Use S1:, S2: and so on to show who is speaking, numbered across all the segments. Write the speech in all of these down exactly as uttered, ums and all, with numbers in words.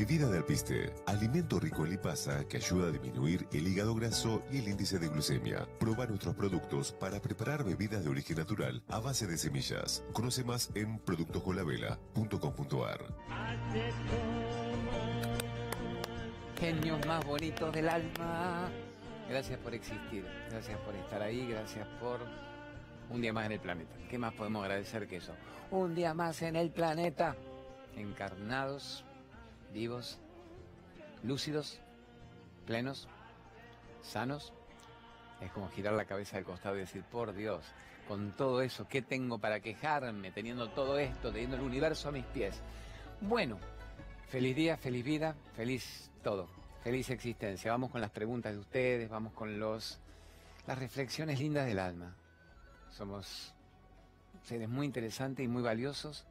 S1: Bebida de alpiste, alimento rico en lipasa que ayuda a disminuir el hígado graso y el índice de glucemia. Prueba nuestros productos para preparar bebidas de origen natural a base de semillas. Conoce más en productos con la vela punto com punto ar.
S2: Genios más bonitos del alma. Gracias por existir, gracias por estar ahí, gracias por un día más en el planeta. ¿Qué más podemos agradecer que eso? Un día más en el planeta, encarnados, vivos, lúcidos, plenos, sanos. Es como girar la cabeza al costado y decir, por Dios, con todo eso, ¿qué tengo para quejarme? Teniendo todo esto, teniendo el universo a mis pies. Bueno, feliz día, feliz vida, feliz todo, feliz existencia. Vamos con las preguntas de ustedes, vamos con los las reflexiones lindas del alma. Somos seres muy interesantes y muy valiosos.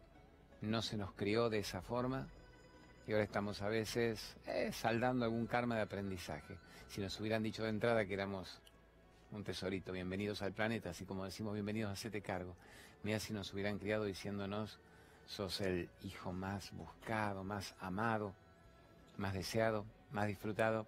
S2: No se nos crió de esa forma. Y ahora estamos a veces eh, saldando algún karma de aprendizaje. Si nos hubieran dicho de entrada que éramos un tesorito, bienvenidos al planeta, así como decimos bienvenidos a hacerte cargo. Mira si nos hubieran criado diciéndonos, sos el hijo más buscado, más amado, más deseado, más disfrutado.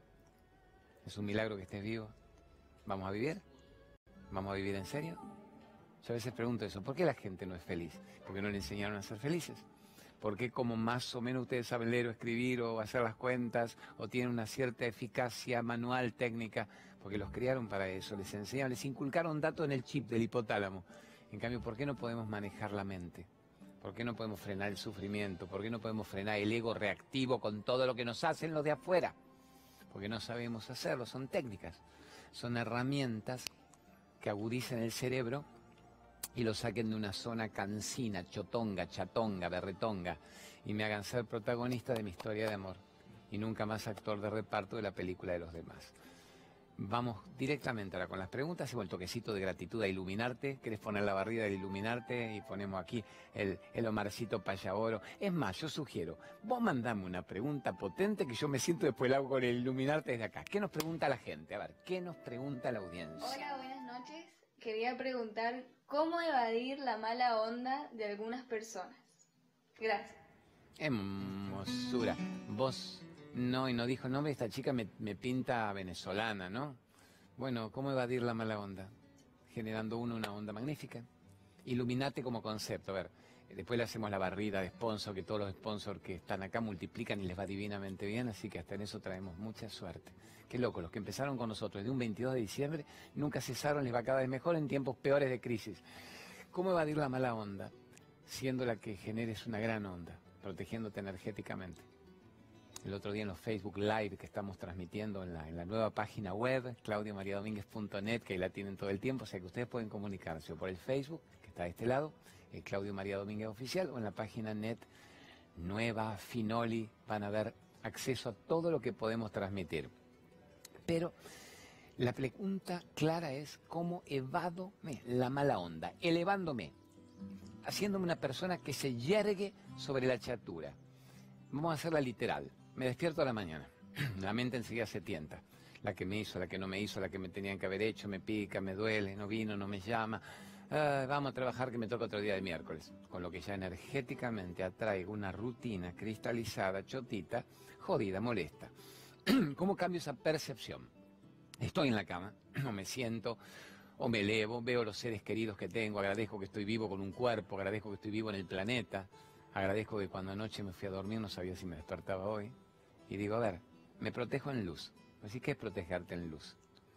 S2: Es un milagro que estés vivo. ¿Vamos a vivir? ¿Vamos a vivir en serio? Yo a veces pregunto eso, ¿por qué la gente no es feliz? ¿Por qué no le enseñaron a ser felices? ¿Por qué como más o menos ustedes saben leer o escribir o hacer las cuentas o tienen una cierta eficacia manual, técnica? Porque los criaron para eso, les enseñaron, les inculcaron datos en el chip del hipotálamo. En cambio, ¿por qué no podemos manejar la mente? ¿Por qué no podemos frenar el sufrimiento? ¿Por qué no podemos frenar el ego reactivo con todo lo que nos hacen los de afuera? Porque no sabemos hacerlo, son técnicas, son herramientas que agudicen el cerebro y lo saquen de una zona cansina, chotonga, chatonga, berretonga, y me hagan ser protagonista de mi historia de amor y nunca más actor de reparto de la película de los demás. Vamos directamente ahora con las preguntas y con el toquecito de gratitud a iluminarte. ¿Querés poner la barrida de iluminarte? Y ponemos aquí el, el Omarcito Payaoro. Es más, yo sugiero, vos mandame una pregunta potente que yo me siento después la hago con el iluminarte desde acá. ¿Qué nos pregunta la gente? A ver, ¿qué nos pregunta la audiencia?
S3: Hola, buenas noches. Quería preguntar cómo evadir la mala onda de algunas personas. Gracias.
S2: Hermosura. Vos no, y no dijo, no, esta chica me, me pinta venezolana, ¿no? Bueno, ¿cómo evadir la mala onda? Generando uno una onda magnífica. Iluminate como concepto. A ver, después le hacemos la barrida de sponsor, que todos los sponsors que están acá multiplican y les va divinamente bien, así que hasta en eso traemos mucha suerte. Qué loco, los que empezaron con nosotros de un veintidós de diciembre, nunca cesaron, les va cada vez mejor en tiempos peores de crisis. ¿Cómo evadir la mala onda? Siendo la que generes una gran onda, protegiéndote energéticamente. El otro día en los Facebook Live que estamos transmitiendo en la, en la nueva página web, claudio maría domínguez punto net, que ahí la tienen todo el tiempo, o sea que ustedes pueden comunicarse o por el Facebook, que está de este lado, el Claudio María Domínguez Oficial, o en la página net nueva, Finoli, van a ver acceso a todo lo que podemos transmitir. Pero la pregunta clara es cómo evado la mala onda, elevándome, haciéndome una persona que se yergue sobre la chatura. Vamos a hacerla literal. Me despierto a la mañana, la mente enseguida se tienta. La que me hizo, la que no me hizo, la que me tenían que haber hecho, me pica, me duele, no vino, no me llama. Ah, vamos a trabajar que me toca otro día de miércoles. Con lo que ya energéticamente atraigo una rutina cristalizada, chotita, jodida, molesta. ¿Cómo cambio esa percepción? Estoy en la cama, o me siento, o me elevo, veo los seres queridos que tengo, agradezco que estoy vivo con un cuerpo, agradezco que estoy vivo en el planeta, agradezco que cuando anoche me fui a dormir no sabía si me despertaba hoy. Y digo, a ver, me protejo en luz. Así que es protegerte en luz.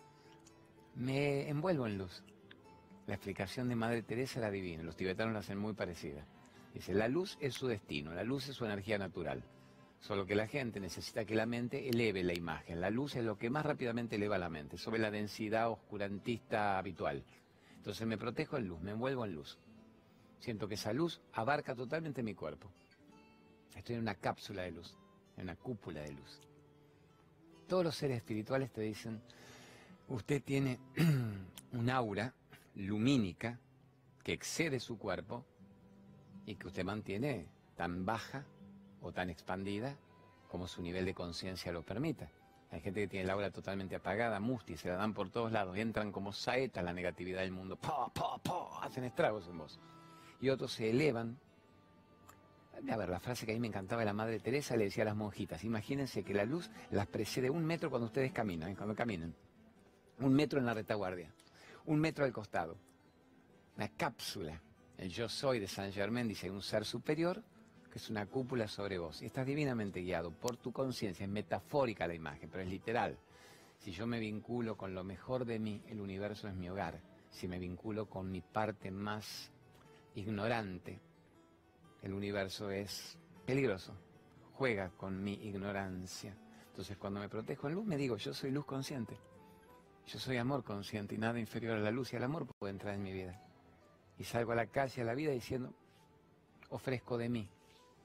S2: Me envuelvo en luz. La explicación de Madre Teresa la adivina, los tibetanos la hacen muy parecida. Dice, la luz es su destino, la luz es su energía natural. Solo que la gente necesita que la mente eleve la imagen. La luz es lo que más rápidamente eleva la mente, sobre la densidad oscurantista habitual. Entonces me protejo en luz, me envuelvo en luz. Siento que esa luz abarca totalmente mi cuerpo. Estoy en una cápsula de luz, en una cúpula de luz. Todos los seres espirituales te dicen, usted tiene un aura lumínica que excede su cuerpo y que usted mantiene tan baja o tan expandida como su nivel de conciencia lo permita. Hay gente que tiene el aura totalmente apagada, musti, se la dan por todos lados, entran como saetas la negatividad del mundo, pa, pa, pa, hacen estragos en vos. Y otros se elevan A ver, la frase que a mí me encantaba de la Madre Teresa le decía a las monjitas: imagínense que la luz las precede un metro cuando ustedes caminan, ¿eh? Cuando caminen. Un metro en la retaguardia, un metro al costado. Una cápsula. El yo soy de Saint Germain dice: un ser superior que es una cúpula sobre vos. Y estás divinamente guiado por tu conciencia. Es metafórica la imagen, pero es literal. Si yo me vinculo con lo mejor de mí, el universo es mi hogar. Si me vinculo con mi parte más ignorante, el universo es peligroso. Juega con mi ignorancia. Entonces, cuando me protejo en luz, me digo: yo soy luz consciente. Yo soy amor consciente y nada inferior a la luz y al amor puede entrar en mi vida. Y salgo a la calle, a la vida, diciendo: ofrezco de mí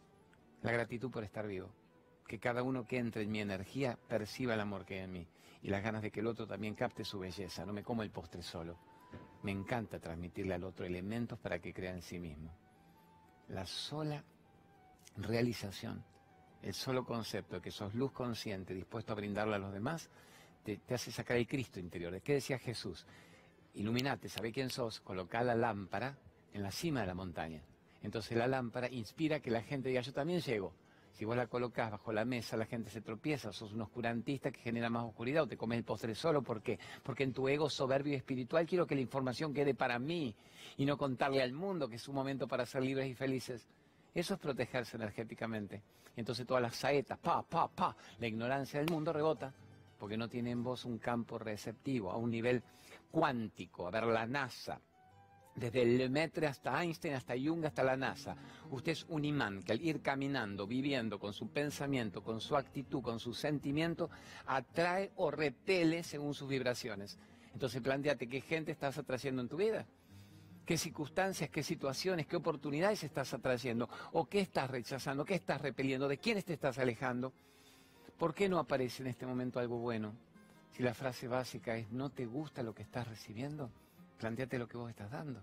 S2: la gratitud por estar vivo. Que cada uno que entre en mi energía perciba el amor que hay en mí. Y las ganas de que el otro también capte su belleza. No me como el postre solo. Me encanta transmitirle al otro elementos para que crea en sí mismo. La sola realización, el solo concepto de que sos luz consciente dispuesto a brindarla a los demás, te, te hace sacar el Cristo interior. ¿De qué decía Jesús? Iluminate, sabé quién sos, colocá la lámpara en la cima de la montaña. Entonces la lámpara inspira que la gente diga: yo también llego. Si vos la colocás bajo la mesa, la gente se tropieza, sos un oscurantista que genera más oscuridad, o te comes el postre solo. ¿Por qué? Porque en tu ego soberbio y espiritual quiero que la información quede para mí y no contarle al mundo que es un momento para ser libres y felices. Eso es protegerse energéticamente. Entonces todas las saetas, pa, pa, pa, la ignorancia del mundo rebota, porque no tiene en vos un campo receptivo, a un nivel cuántico. A ver, la NASA, desde Lemaitre hasta Einstein, hasta Jung, hasta la NASA. Usted es un imán que al ir caminando, viviendo con su pensamiento, con su actitud, con su sentimiento, atrae o repele según sus vibraciones. Entonces planteate qué gente estás atrayendo en tu vida. ¿Qué circunstancias, qué situaciones, qué oportunidades estás atrayendo? ¿O qué estás rechazando? ¿Qué estás repeliendo? ¿De quiénes te estás alejando? ¿Por qué no aparece en este momento algo bueno? Si la frase básica es: ¿no te gusta lo que estás recibiendo? Plantéate lo que vos estás dando.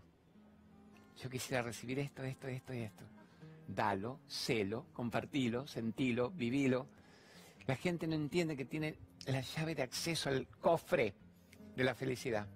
S2: Yo quisiera recibir esto, esto, esto y esto. Dalo, sélo, compartilo, sentilo, vivilo. La gente no entiende que tiene la llave de acceso al cofre de la felicidad.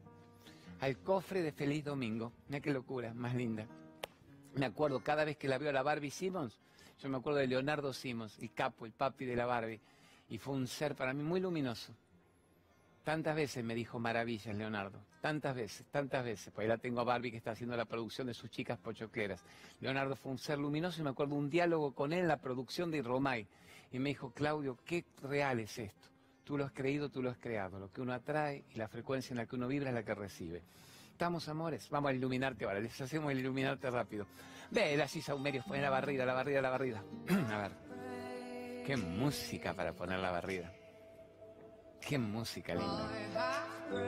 S2: Al cofre de Feliz Domingo. Mira qué locura, más linda. Me acuerdo cada vez que la veo a la Barbie Simmons, yo me acuerdo de Leonardo Simmons, el capo, el papi de la Barbie. Y fue un ser para mí muy luminoso. Tantas veces me dijo maravillas Leonardo, tantas veces, tantas veces. Pues ahí la tengo a Barbie que está haciendo la producción de sus chicas pochocleras. Leonardo fue un ser luminoso y me acuerdo un diálogo con él en la producción de Romay. Y me dijo: Claudio, qué real es esto. Tú lo has creído, tú lo has creado. Lo que uno atrae y la frecuencia en la que uno vibra es la que recibe. Estamos, amores, vamos a iluminarte ahora. Les hacemos el iluminarte rápido. Ve, las saumerios, ponen la barrida, la barrida, la barrida. A ver, qué música para poner la barrida. Qué música linda.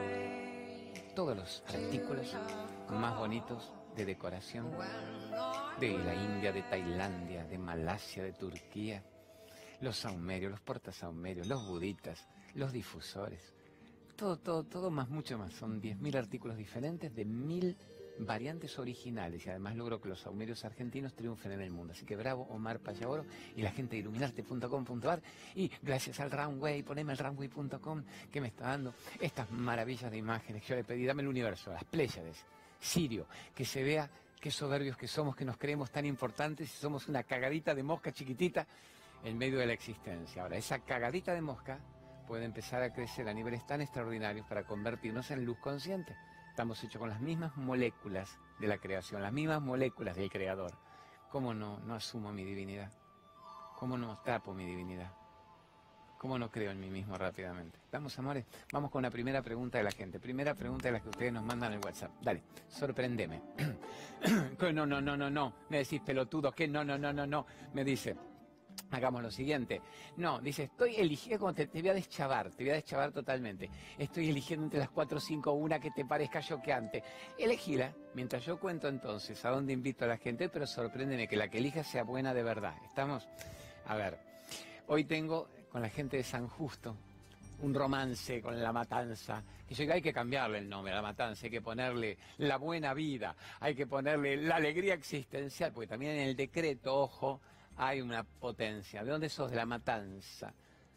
S2: Todos los artículos más bonitos de decoración de la India, de Tailandia, de Malasia, de Turquía. Los saumerios, los portasaumerios, los buditas, los difusores. Todo, todo, todo más, mucho más. Son diez mil artículos diferentes de mil variantes originales. Y además logro que los saumerios argentinos triunfen en el mundo. Así que bravo, Omar Payagoro y la gente de iluminarte punto com punto a r. Y gracias al Runway, poneme el runway punto com, que me está dando estas maravillas de imágenes. Yo le pedí: dame el universo, las Pléyades, Sirio, que se vea qué soberbios que somos, que nos creemos tan importantes y somos una cagadita de mosca chiquitita en medio de la existencia. Ahora, esa cagadita de mosca puede empezar a crecer a niveles tan extraordinarios para convertirnos en luz consciente. Estamos hechos con las mismas moléculas de la creación, las mismas moléculas del creador. ¿Cómo no, no asumo mi divinidad? ¿Cómo no tapo mi divinidad? ¿Cómo no creo en mí mismo rápidamente? Vamos, amores, vamos con la primera pregunta de la gente. Primera pregunta de la que ustedes nos mandan en el WhatsApp. Dale, sorprendeme. No, no, no, no, no. Me decís pelotudo, que no, no, no, no, no. Me dice: hagamos lo siguiente. No, dice: estoy eligiendo, como te, te voy a deschavar, te voy a deschavar totalmente. Estoy eligiendo entre las cuatro, cinco, una que te parezca choqueante. Elegíla, mientras yo cuento entonces a dónde invito a la gente, pero sorpréndeme que la que elija sea buena de verdad. ¿Estamos? A ver, hoy tengo con la gente de San Justo un romance con La Matanza. Que yo digo: hay que cambiarle el nombre a La Matanza, hay que ponerle La Buena Vida, hay que ponerle La Alegría Existencial, porque también en el decreto, ojo, hay una potencia. ¿De dónde sos? De La Matanza.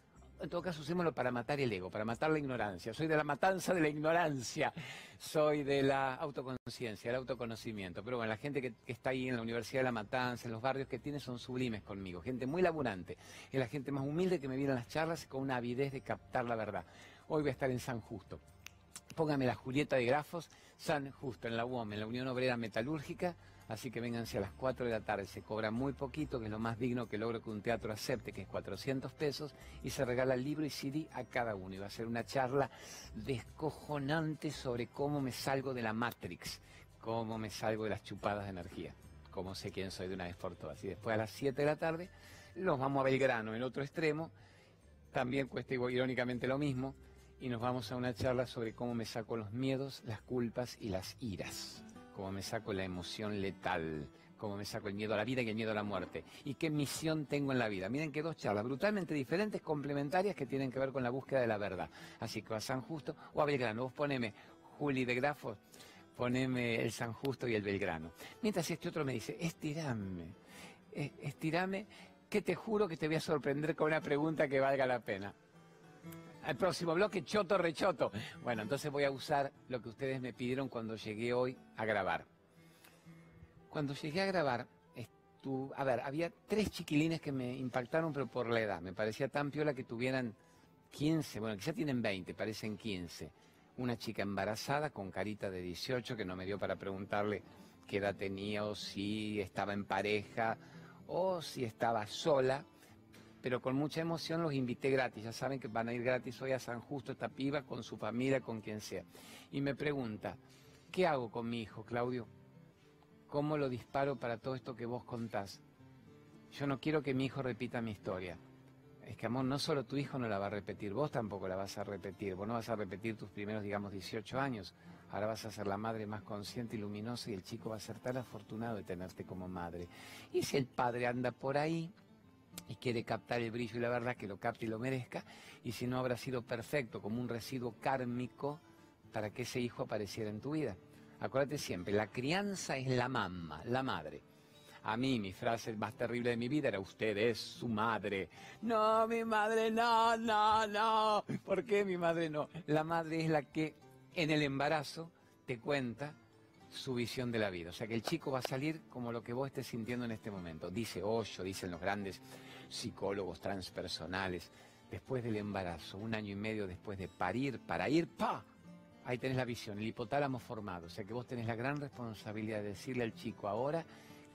S2: en todo caso usémoslo para matar el ego, para matar la ignorancia. Soy de la matanza de la ignorancia, soy de la autoconciencia, del autoconocimiento. Pero bueno, la gente que, que está ahí en la Universidad de La Matanza, en los barrios que tiene, son sublimes conmigo. Gente muy laburante. Es la gente más humilde que me viene a las charlas con una avidez de captar la verdad. Hoy voy a estar en San Justo. Póngame la Julieta de Grafos, San Justo, en la U O M, en la Unión Obrera Metalúrgica. Así que vénganse a las cuatro de la tarde, se cobra muy poquito, que es lo más digno que logro que un teatro acepte, que es cuatrocientos pesos, y se regala libro y C D a cada uno. Y va a ser una charla descojonante sobre cómo me salgo de la Matrix, cómo me salgo de las chupadas de energía, cómo sé quién soy de una vez por todas. Y después a las siete de la tarde nos vamos a Belgrano, en otro extremo, también cuesta irónicamente lo mismo, y nos vamos a una charla sobre cómo me saco los miedos, las culpas y las iras. Cómo me saco la emoción letal, cómo me saco el miedo a la vida y el miedo a la muerte. Y qué misión tengo en la vida. Miren que dos charlas brutalmente diferentes, complementarias, que tienen que ver con la búsqueda de la verdad. Así que a San Justo o a Belgrano. Vos poneme Juli de Grafos, poneme el San Justo y el Belgrano. Mientras este otro me dice, estirame, estirame, que te juro que te voy a sorprender con una pregunta que valga la pena. Al próximo bloque, choto rechoto. Bueno, entonces voy a usar lo que ustedes me pidieron cuando llegué hoy a grabar. Cuando llegué a grabar, estuve, a ver, había tres chiquilines que me impactaron, pero por la edad. Me parecía tan piola que tuvieran quince, bueno, quizá tienen veinte, parecen quince. Una chica embarazada con carita de dieciocho que no me dio para preguntarle qué edad tenía o si estaba en pareja o si estaba sola. Pero con mucha emoción los invité gratis. Ya saben que van a ir gratis hoy a San Justo, esta piba, con su familia, con quien sea. Y me pregunta, ¿qué hago con mi hijo, Claudio? ¿Cómo lo disparo para todo esto que vos contás? Yo no quiero que mi hijo repita mi historia. Es que, amor, no solo tu hijo no la va a repetir, vos tampoco la vas a repetir. Vos no vas a repetir tus primeros, digamos, dieciocho años. Ahora vas a ser la madre más consciente y luminosa y el chico va a ser tan afortunado de tenerte como madre. Y si el padre anda por ahí y quiere captar el brillo y la verdad, que lo capte y lo merezca, y si no, habrá sido perfecto como un residuo kármico para que ese hijo apareciera en tu vida. Acuérdate siempre, la crianza es la mamá, la madre. A mí, mi frase más terrible de mi vida era, usted es su madre. No, mi madre no, no, no. ¿Por qué mi madre no? La madre es la que en el embarazo te cuenta su visión de la vida. O sea que el chico va a salir como lo que vos estés sintiendo en este momento. Dice Osho, dicen los grandes psicólogos transpersonales, después del embarazo, un año y medio después de parir, para ir, ¡pa! Ahí tenés la visión, el hipotálamo formado. O sea que vos tenés la gran responsabilidad de decirle al chico ahora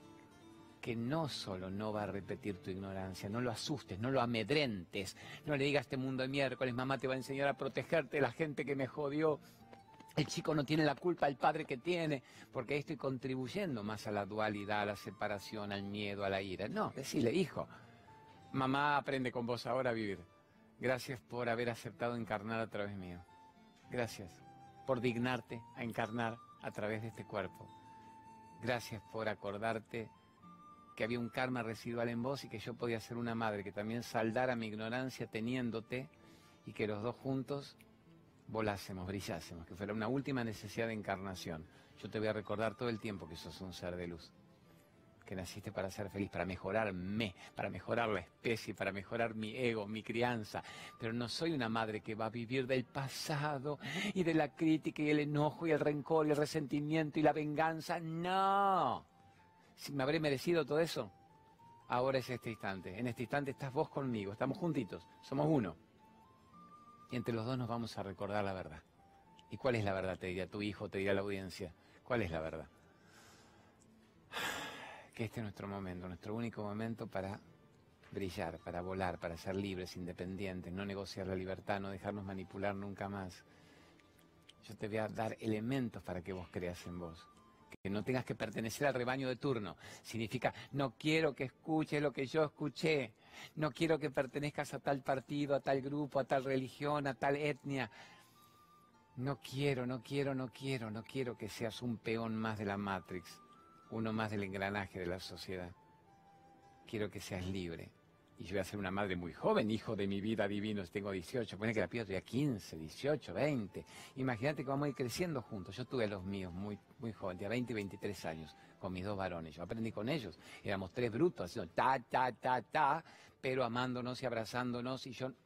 S2: que no solo no va a repetir tu ignorancia, no lo asustes, no lo amedrentes, no le digas este mundo de miércoles, mamá te va a enseñar a protegerte de la gente que me jodió. El chico no tiene la culpa, el padre que tiene, porque ahí estoy contribuyendo más a la dualidad, a la separación, al miedo, a la ira. No, decirle, hijo, mamá aprende con vos ahora a vivir. Gracias por haber aceptado encarnar a través mío. Gracias por dignarte a encarnar a través de este cuerpo. Gracias por acordarte que había un karma residual en vos y que yo podía ser una madre que también saldara mi ignorancia teniéndote y que los dos juntos volásemos, brillásemos, que fuera una última necesidad de encarnación. Yo te voy a recordar todo el tiempo que sos un ser de luz, que naciste para ser feliz, para mejorarme, para mejorar la especie, para mejorar mi ego, mi crianza. Pero no soy una madre que va a vivir del pasado y de la crítica y el enojo y el rencor y el resentimiento y la venganza. No. Si me habré merecido todo eso, ahora es este instante. En este instante estás vos conmigo, estamos juntitos, somos uno. Y entre los dos nos vamos a recordar la verdad. ¿Y cuál es la verdad? Te dirá tu hijo, te dirá la audiencia. ¿Cuál es la verdad? Que este es nuestro momento, nuestro único momento para brillar, para volar, para ser libres, independientes, no negociar la libertad, no dejarnos manipular nunca más. Yo te voy a dar elementos para que vos creas en vos. Que no tengas que pertenecer al rebaño de turno. Significa, no quiero que escuches lo que yo escuché. No quiero que pertenezcas a tal partido, a tal grupo, a tal religión, a tal etnia. No quiero, no quiero, no quiero, no quiero que seas un peón más de la Matrix, uno más del engranaje de la sociedad. Quiero que seas libre. Y yo voy a ser una madre muy joven, hijo de mi vida divino, si tengo dieciocho. Pone que la piba tenía quince, dieciocho, veinte. Imagínate que vamos a ir creciendo juntos. Yo tuve a los míos muy, muy joven, tenía veinte y veintitrés años, con mis dos varones. Yo aprendí con ellos. Éramos tres brutos, haciendo ta, ta, ta, ta, pero amándonos y abrazándonos. Y yo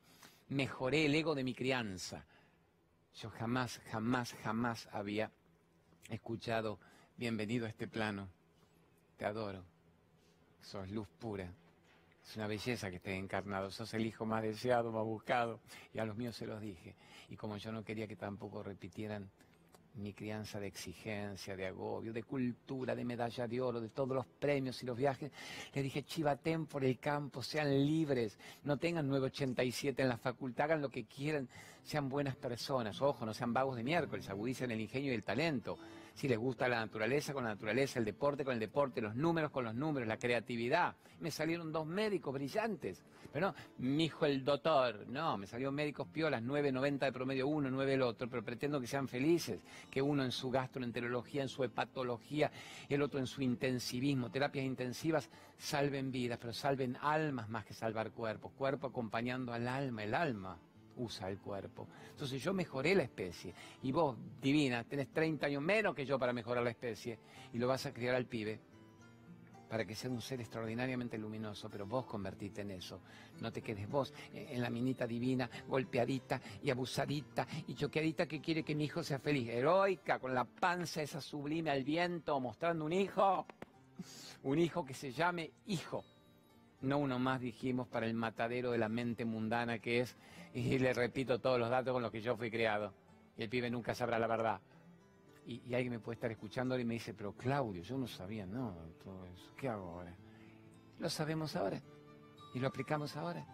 S2: mejoré el ego de mi crianza. Yo jamás, jamás, jamás había escuchado, bienvenido a este plano, te adoro, sos luz pura, es una belleza que estés encarnado, sos el hijo más deseado, más buscado, y a los míos se los dije. Y como yo no quería que tampoco repitieran mi crianza de exigencia, de agobio, de cultura, de medalla de oro, de todos los premios y los viajes, les dije, chivaten por el campo, sean libres, no tengan nueve ochenta y siete en la facultad, hagan lo que quieran, sean buenas personas, ojo, no sean vagos de miércoles, agudicen el ingenio y el talento. Si les gusta la naturaleza, con la naturaleza, el deporte con el deporte, los números con los números, la creatividad. Me salieron dos médicos brillantes, pero no, mi hijo el doctor, no, me salieron médicos piolas, nueve noventa de promedio uno, nueve el otro, pero pretendo que sean felices, que uno en su gastroenterología, en su hepatología, el otro en su intensivismo, terapias intensivas, salven vidas, pero salven almas más que salvar cuerpos, cuerpo acompañando al alma, el alma usa el cuerpo. Entonces yo mejoré la especie y vos, divina, tenés treinta años menos que yo para mejorar la especie y lo vas a criar al pibe para que sea un ser extraordinariamente luminoso, pero vos convertite en eso. No te quedes vos en la minita divina, golpeadita y abusadita y choqueadita que quiere que mi hijo sea feliz, heroica, con la panza esa sublime al viento, mostrando un hijo, un hijo que se llame hijo. No uno más, dijimos, para el matadero de la mente mundana que es, y le repito todos los datos con los que yo fui criado. Y el pibe nunca sabrá la verdad. Y, y alguien me puede estar escuchando y me dice, pero Claudio, yo no sabía nada de todo eso. ¿Qué hago ahora? Lo sabemos ahora. Y lo aplicamos ahora.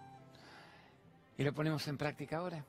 S2: Y lo ponemos en práctica ahora.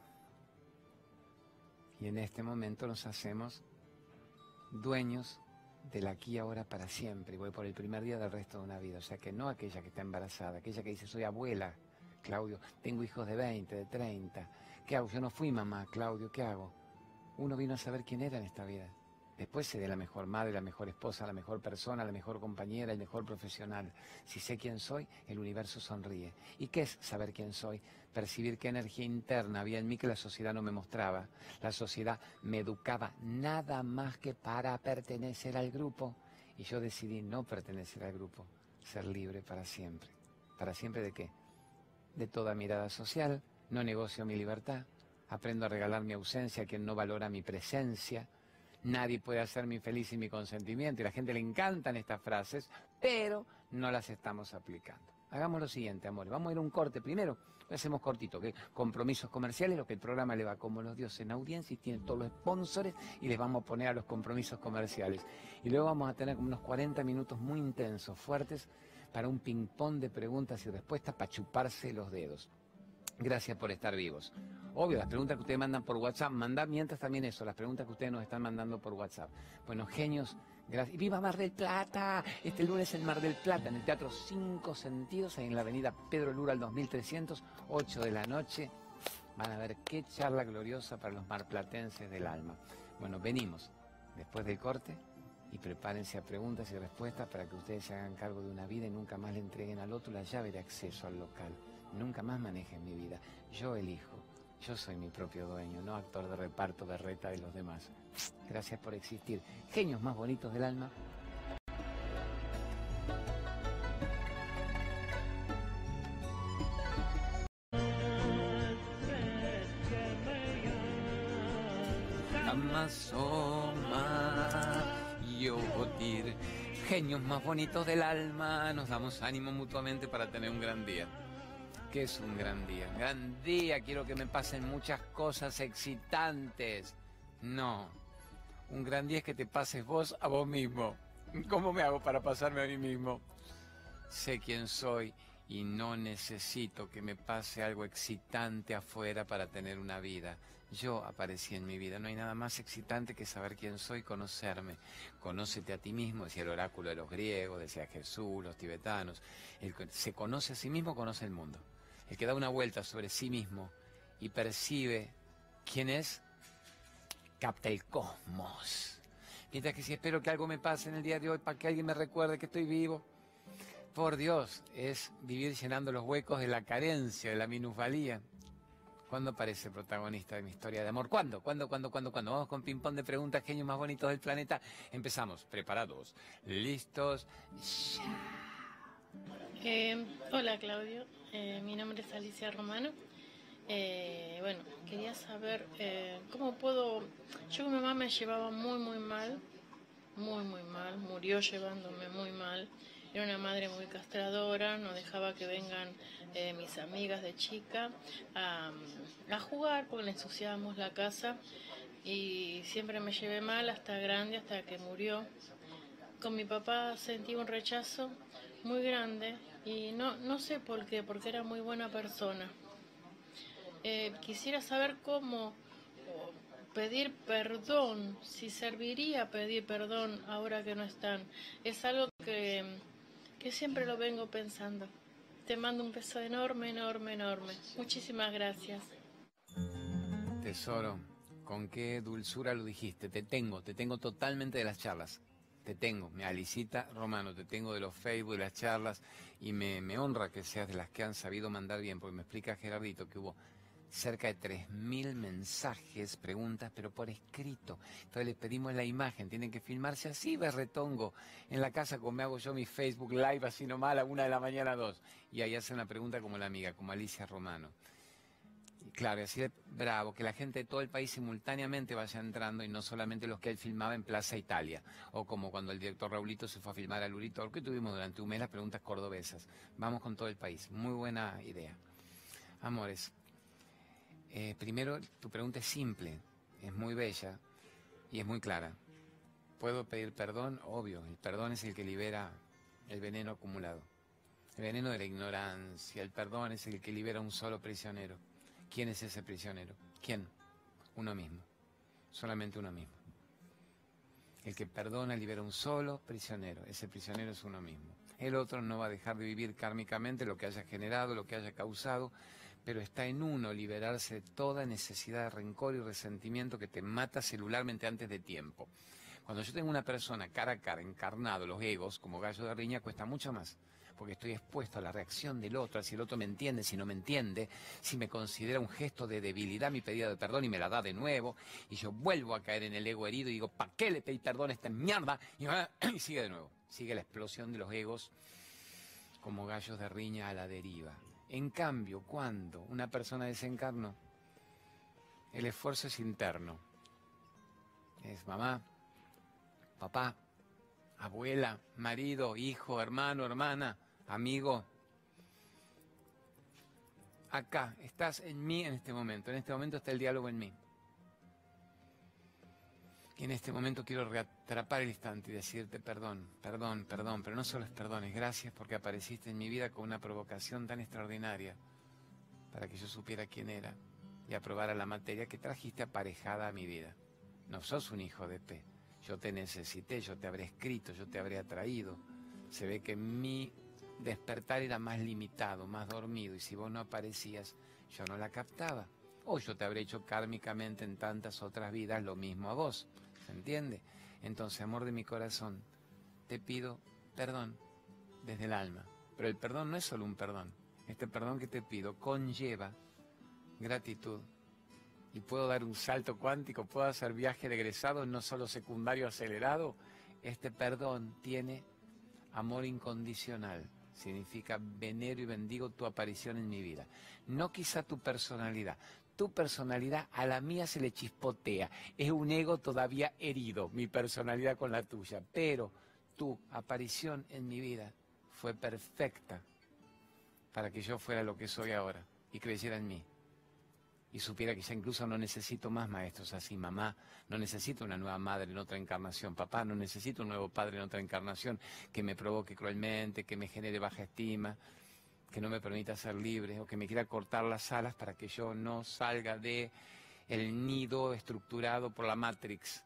S2: Y en este momento nos hacemos dueños del aquí y ahora para siempre, y voy por el primer día del resto de una vida, o sea que no aquella que está embarazada, aquella que dice soy abuela, Claudio, tengo hijos de veinte, de treinta, ¿qué hago? Yo no fui mamá, Claudio, ¿qué hago? Uno vino a saber quién era en esta vida, después seré la mejor madre, la mejor esposa, la mejor persona, la mejor compañera, el mejor profesional. Si sé quién soy, el universo sonríe. ¿Y qué es saber quién soy? Percibir qué energía interna había en mí que la sociedad no me mostraba. La sociedad me educaba nada más que para pertenecer al grupo. Y yo decidí no pertenecer al grupo, ser libre para siempre. ¿Para siempre de qué? De toda mirada social, no negocio mi libertad, aprendo a regalar mi ausencia a quien no valora mi presencia. Nadie puede hacerme infeliz sin mi consentimiento. Y a la gente le encantan estas frases, pero no las estamos aplicando. Hagamos lo siguiente, amores. Vamos a ir a un corte primero. Lo hacemos cortito, que compromisos comerciales, lo que el programa le va como los dioses en audiencia y tiene todos los sponsors y les vamos a poner a los compromisos comerciales. Y luego vamos a tener como unos cuarenta minutos muy intensos, fuertes, para un ping-pong de preguntas y respuestas para chuparse los dedos. Gracias por estar vivos. Obvio, las preguntas que ustedes mandan por WhatsApp, mandad mientras también eso, las preguntas que ustedes nos están mandando por WhatsApp. Bueno, genios, gracias. Y ¡viva Mar del Plata! Este lunes en Mar del Plata, en el Teatro Cinco Sentidos, ahí en la avenida Pedro Lura, al dos mil trescientos, ocho de la noche. Van a ver qué charla gloriosa para los marplatenses del alma. Bueno, venimos después del corte y prepárense a preguntas y respuestas para que ustedes se hagan cargo de una vida y nunca más le entreguen al otro la llave de acceso al local. Nunca más manejen mi vida. Yo elijo. Yo soy mi propio dueño, no actor de reparto de reta de los demás. Gracias por existir. Genios más bonitos del alma. Amazoma, Yotir. Genios más bonitos del alma. Nos damos ánimo mutuamente para tener un gran día. ¿Qué es un gran día? Un gran día, quiero que me pasen muchas cosas excitantes. No, un gran día es que te pases vos a vos mismo. ¿Cómo me hago para pasarme a mí mismo? Sé quién soy y no necesito que me pase algo excitante afuera para tener una vida. Yo aparecí en mi vida, no hay nada más excitante que saber quién soy y conocerme. Conócete a ti mismo, decía el oráculo de los griegos, decía Jesús, los tibetanos. El que se conoce a sí mismo, conoce el mundo. El que da una vuelta sobre sí mismo y percibe quién es, capta el cosmos. Mientras que si espero que algo me pase en el día de hoy para que alguien me recuerde que estoy vivo, por Dios, es vivir llenando los huecos de la carencia, de la minusvalía. ¿Cuándo aparece el protagonista de mi historia de amor? ¿Cuándo? ¿Cuándo? ¿Cuándo? ¿Cuándo? ¿Cuándo? Vamos con ping-pong de preguntas, genios más bonitos del planeta. Empezamos. ¿Preparados? ¿Listos? ¡Ya!
S4: Eh, hola Claudio, eh, mi nombre es Alicia Romano Eh, bueno, quería saber eh, cómo puedo... Yo con mi mamá me llevaba muy, muy mal, muy, muy mal, murió llevándome muy mal. Era una madre muy castradora, no dejaba que vengan eh, mis amigas de chica a, a jugar porque le ensuciábamos la casa y siempre me llevé mal hasta grande, hasta que murió. Con mi papá sentí un rechazo muy grande y no, no sé por qué, porque era muy buena persona. Eh, quisiera saber cómo pedir perdón, si serviría pedir perdón ahora que no están. Es algo que, que siempre lo vengo pensando. Te mando un beso enorme, enorme, enorme. Muchísimas gracias.
S2: Tesoro, con qué dulzura lo dijiste. Te tengo, te tengo totalmente de las charlas. Te tengo, me Alicita Romano, te tengo de los Facebook, de las charlas, y me, me honra que seas de las que han sabido mandar bien, porque me explica Gerardito que hubo cerca de tres mil mensajes, preguntas, pero por escrito. Entonces les pedimos la imagen, tienen que filmarse así, berretongo, en la casa como me hago yo mi Facebook Live, así nomás a la una de la mañana, dos. Y ahí hacen la pregunta como la amiga, como Alicia Romano. Y claro, y así de bravo, que la gente de todo el país simultáneamente vaya entrando y no solamente los que él filmaba en Plaza Italia, o como cuando el director Raulito se fue a filmar al Uritor, que tuvimos durante un mes las preguntas cordobesas. Vamos con todo el país, muy buena idea. Amores, eh, primero tu pregunta es simple, es muy bella y es muy clara. ¿Puedo pedir perdón? Obvio, el perdón es el que libera el veneno acumulado. El veneno de la ignorancia, el perdón es el que libera a un solo prisionero. ¿Quién es ese prisionero? ¿Quién? Uno mismo. Solamente uno mismo. El que perdona libera un solo prisionero. Ese prisionero es uno mismo. El otro no va a dejar de vivir kármicamente lo que haya generado, lo que haya causado, pero está en uno liberarse de toda necesidad de rencor y resentimiento que te mata celularmente antes de tiempo. Cuando yo tengo una persona cara a cara, encarnado, los egos, como gallo de riña, cuesta mucho más. Porque estoy expuesto a la reacción del otro, a si el otro me entiende, si no me entiende, si me considera un gesto de debilidad mi pedido de perdón y me la da de nuevo, y yo vuelvo a caer en el ego herido y digo, ¿para qué le pedí perdón a esta mierda? Y, y sigue de nuevo, sigue la explosión de los egos como gallos de riña a la deriva. En cambio, cuando una persona desencarnó, el esfuerzo es interno. Es mamá, papá, abuela, marido, hijo, hermano, hermana, amigo. Acá, estás en mí en este momento. En este momento está el diálogo en mí. Y en este momento quiero reatrapar el instante y decirte perdón, perdón, perdón, pero no solo es perdón, es gracias porque apareciste en mi vida con una provocación tan extraordinaria para que yo supiera quién era y aprobara la materia que trajiste aparejada a mi vida. No sos un hijo de P. Yo te necesité, yo te habré escrito, yo te habré atraído. Se ve que mi despertar era más limitado, más dormido, y si vos no aparecías, yo no la captaba. O yo te habré hecho kármicamente en tantas otras vidas lo mismo a vos. ¿Se entiende? Entonces, amor de mi corazón, te pido perdón desde el alma. Pero el perdón no es solo un perdón. Este perdón que te pido conlleva gratitud. Y puedo dar un salto cuántico, puedo hacer viaje de egresado, no solo secundario acelerado. Este perdón tiene amor incondicional. Significa venero y bendigo tu aparición en mi vida. No quizá tu personalidad. Tu personalidad a la mía se le chispotea. Es un ego todavía herido, mi personalidad con la tuya. Pero tu aparición en mi vida fue perfecta para que yo fuera lo que soy ahora y creyera en mí. Y supiera que ya incluso no necesito más maestros así. Mamá, no necesito una nueva madre en otra encarnación. Papá, no necesito un nuevo padre en otra encarnación que me provoque cruelmente, que me genere baja estima, que no me permita ser libre o que me quiera cortar las alas para que yo no salga de el nido estructurado por la Matrix.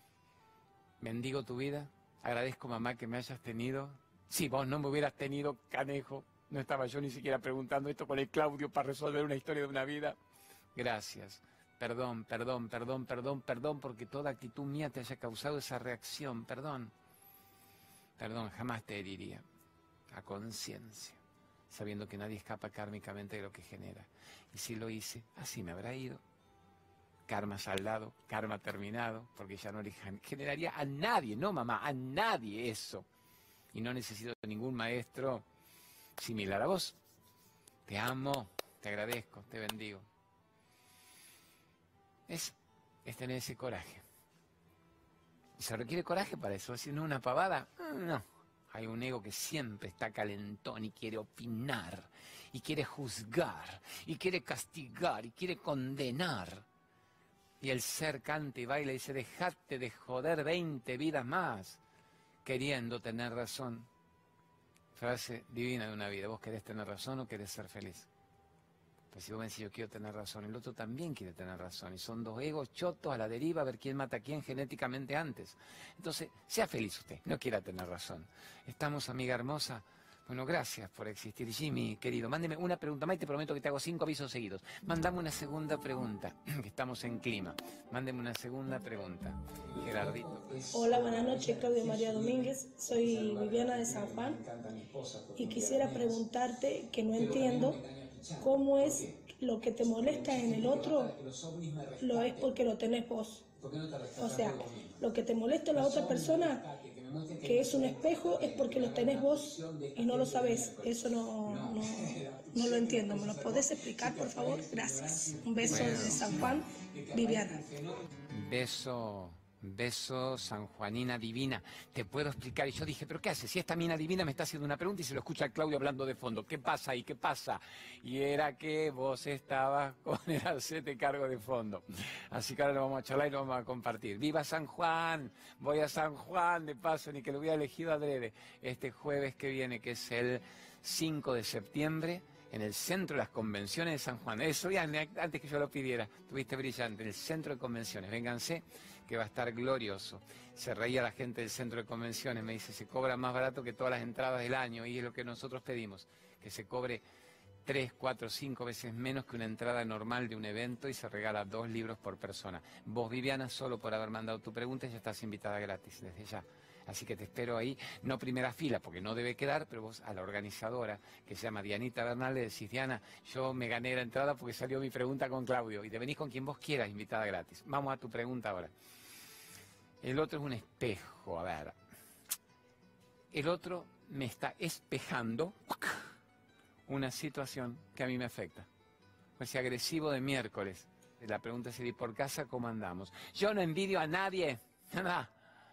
S2: Bendigo tu vida. Agradezco, mamá, que me hayas tenido. Si vos no me hubieras tenido, canejo, no estaba yo ni siquiera preguntando esto con el Claudio para resolver una historia de una vida. Gracias. Perdón, perdón, perdón, perdón, perdón, porque toda actitud mía te haya causado esa reacción. Perdón. Perdón, jamás te heriría. A conciencia. Sabiendo que nadie escapa kármicamente de lo que genera. Y si lo hice, así me habrá ido. Karma saldado, karma terminado, porque ya no le generaría a nadie, no mamá, a nadie eso. Y no necesito ningún maestro similar a vos. Te amo, te agradezco, te bendigo. Es, es tener ese coraje. ¿Y se requiere coraje para eso? ¿Si no es una pavada? No. Hay un ego que siempre está calentón y quiere opinar, y quiere juzgar, y quiere castigar, y quiere condenar. Y el ser canta y baila y dice, dejate de joder veinte vidas más, queriendo tener razón. Frase divina de una vida. ¿Vos querés tener razón o querés ser feliz? Pues si vos me decís, yo quiero tener razón, el otro también quiere tener razón. Y son dos egos chotos a la deriva, a ver quién mata a quién genéticamente antes. Entonces, sea feliz usted, no quiera tener razón. Estamos, amiga hermosa. Bueno, gracias por existir, Jimmy, querido. Mándeme una pregunta más y te prometo que te hago cinco avisos seguidos. Mándame una segunda pregunta, que estamos en clima. Mándeme una segunda pregunta, Gerardito.
S5: Hola, buenas noches, Claudia María Domínguez. Soy Viviana de San Juan y quisiera preguntarte, que no entiendo, ¿cómo es lo que te molesta en el otro? Lo es porque lo tenés vos. O sea, lo que te molesta en la otra persona, que es un espejo, es porque lo tenés vos y no lo sabés. Eso no, no, no lo entiendo. ¿Me lo podés explicar, por favor? Gracias. Un beso
S2: Bueno.
S5: desde San Juan, Viviana.
S2: Beso, beso, sanjuanina divina. Te puedo explicar. Y yo dije, ¿pero qué hace? Si esta mina divina me está haciendo una pregunta y se lo escucha a Claudio hablando de fondo. ¿Qué pasa ahí? ¿Qué pasa? Y era que vos estabas con el hacete cargo de fondo. Así que ahora lo vamos a charlar y lo vamos a compartir. ¡Viva San Juan! Voy a San Juan de paso, ni que lo hubiera elegido adrede. Este jueves que viene, que es el cinco de septiembre, en el centro de las convenciones de San Juan. Eso ya, antes que yo lo pidiera, tuviste brillante, en el centro de convenciones. Vénganse, que va a estar glorioso. Se reía la gente del centro de convenciones, me dice, se cobra más barato que todas las entradas del año, y es lo que nosotros pedimos, que se cobre tres, cuatro, cinco veces menos que una entrada normal de un evento, y se regala dos libros por persona. Vos, Viviana, solo por haber mandado tu pregunta, ya estás invitada gratis, desde ya. Así que te espero ahí, no primera fila, porque no debe quedar, pero vos a la organizadora, que se llama Dianita Bernal, le decís, Diana, yo me gané la entrada porque salió mi pregunta con Claudio, y te venís con quien vos quieras, invitada gratis. Vamos a tu pregunta ahora. El otro es un espejo, a ver. El otro me está espejando una situación que a mí me afecta. Pues agresivo de miércoles. La pregunta es, ¿y por casa cómo andamos? Yo no envidio a nadie, nada.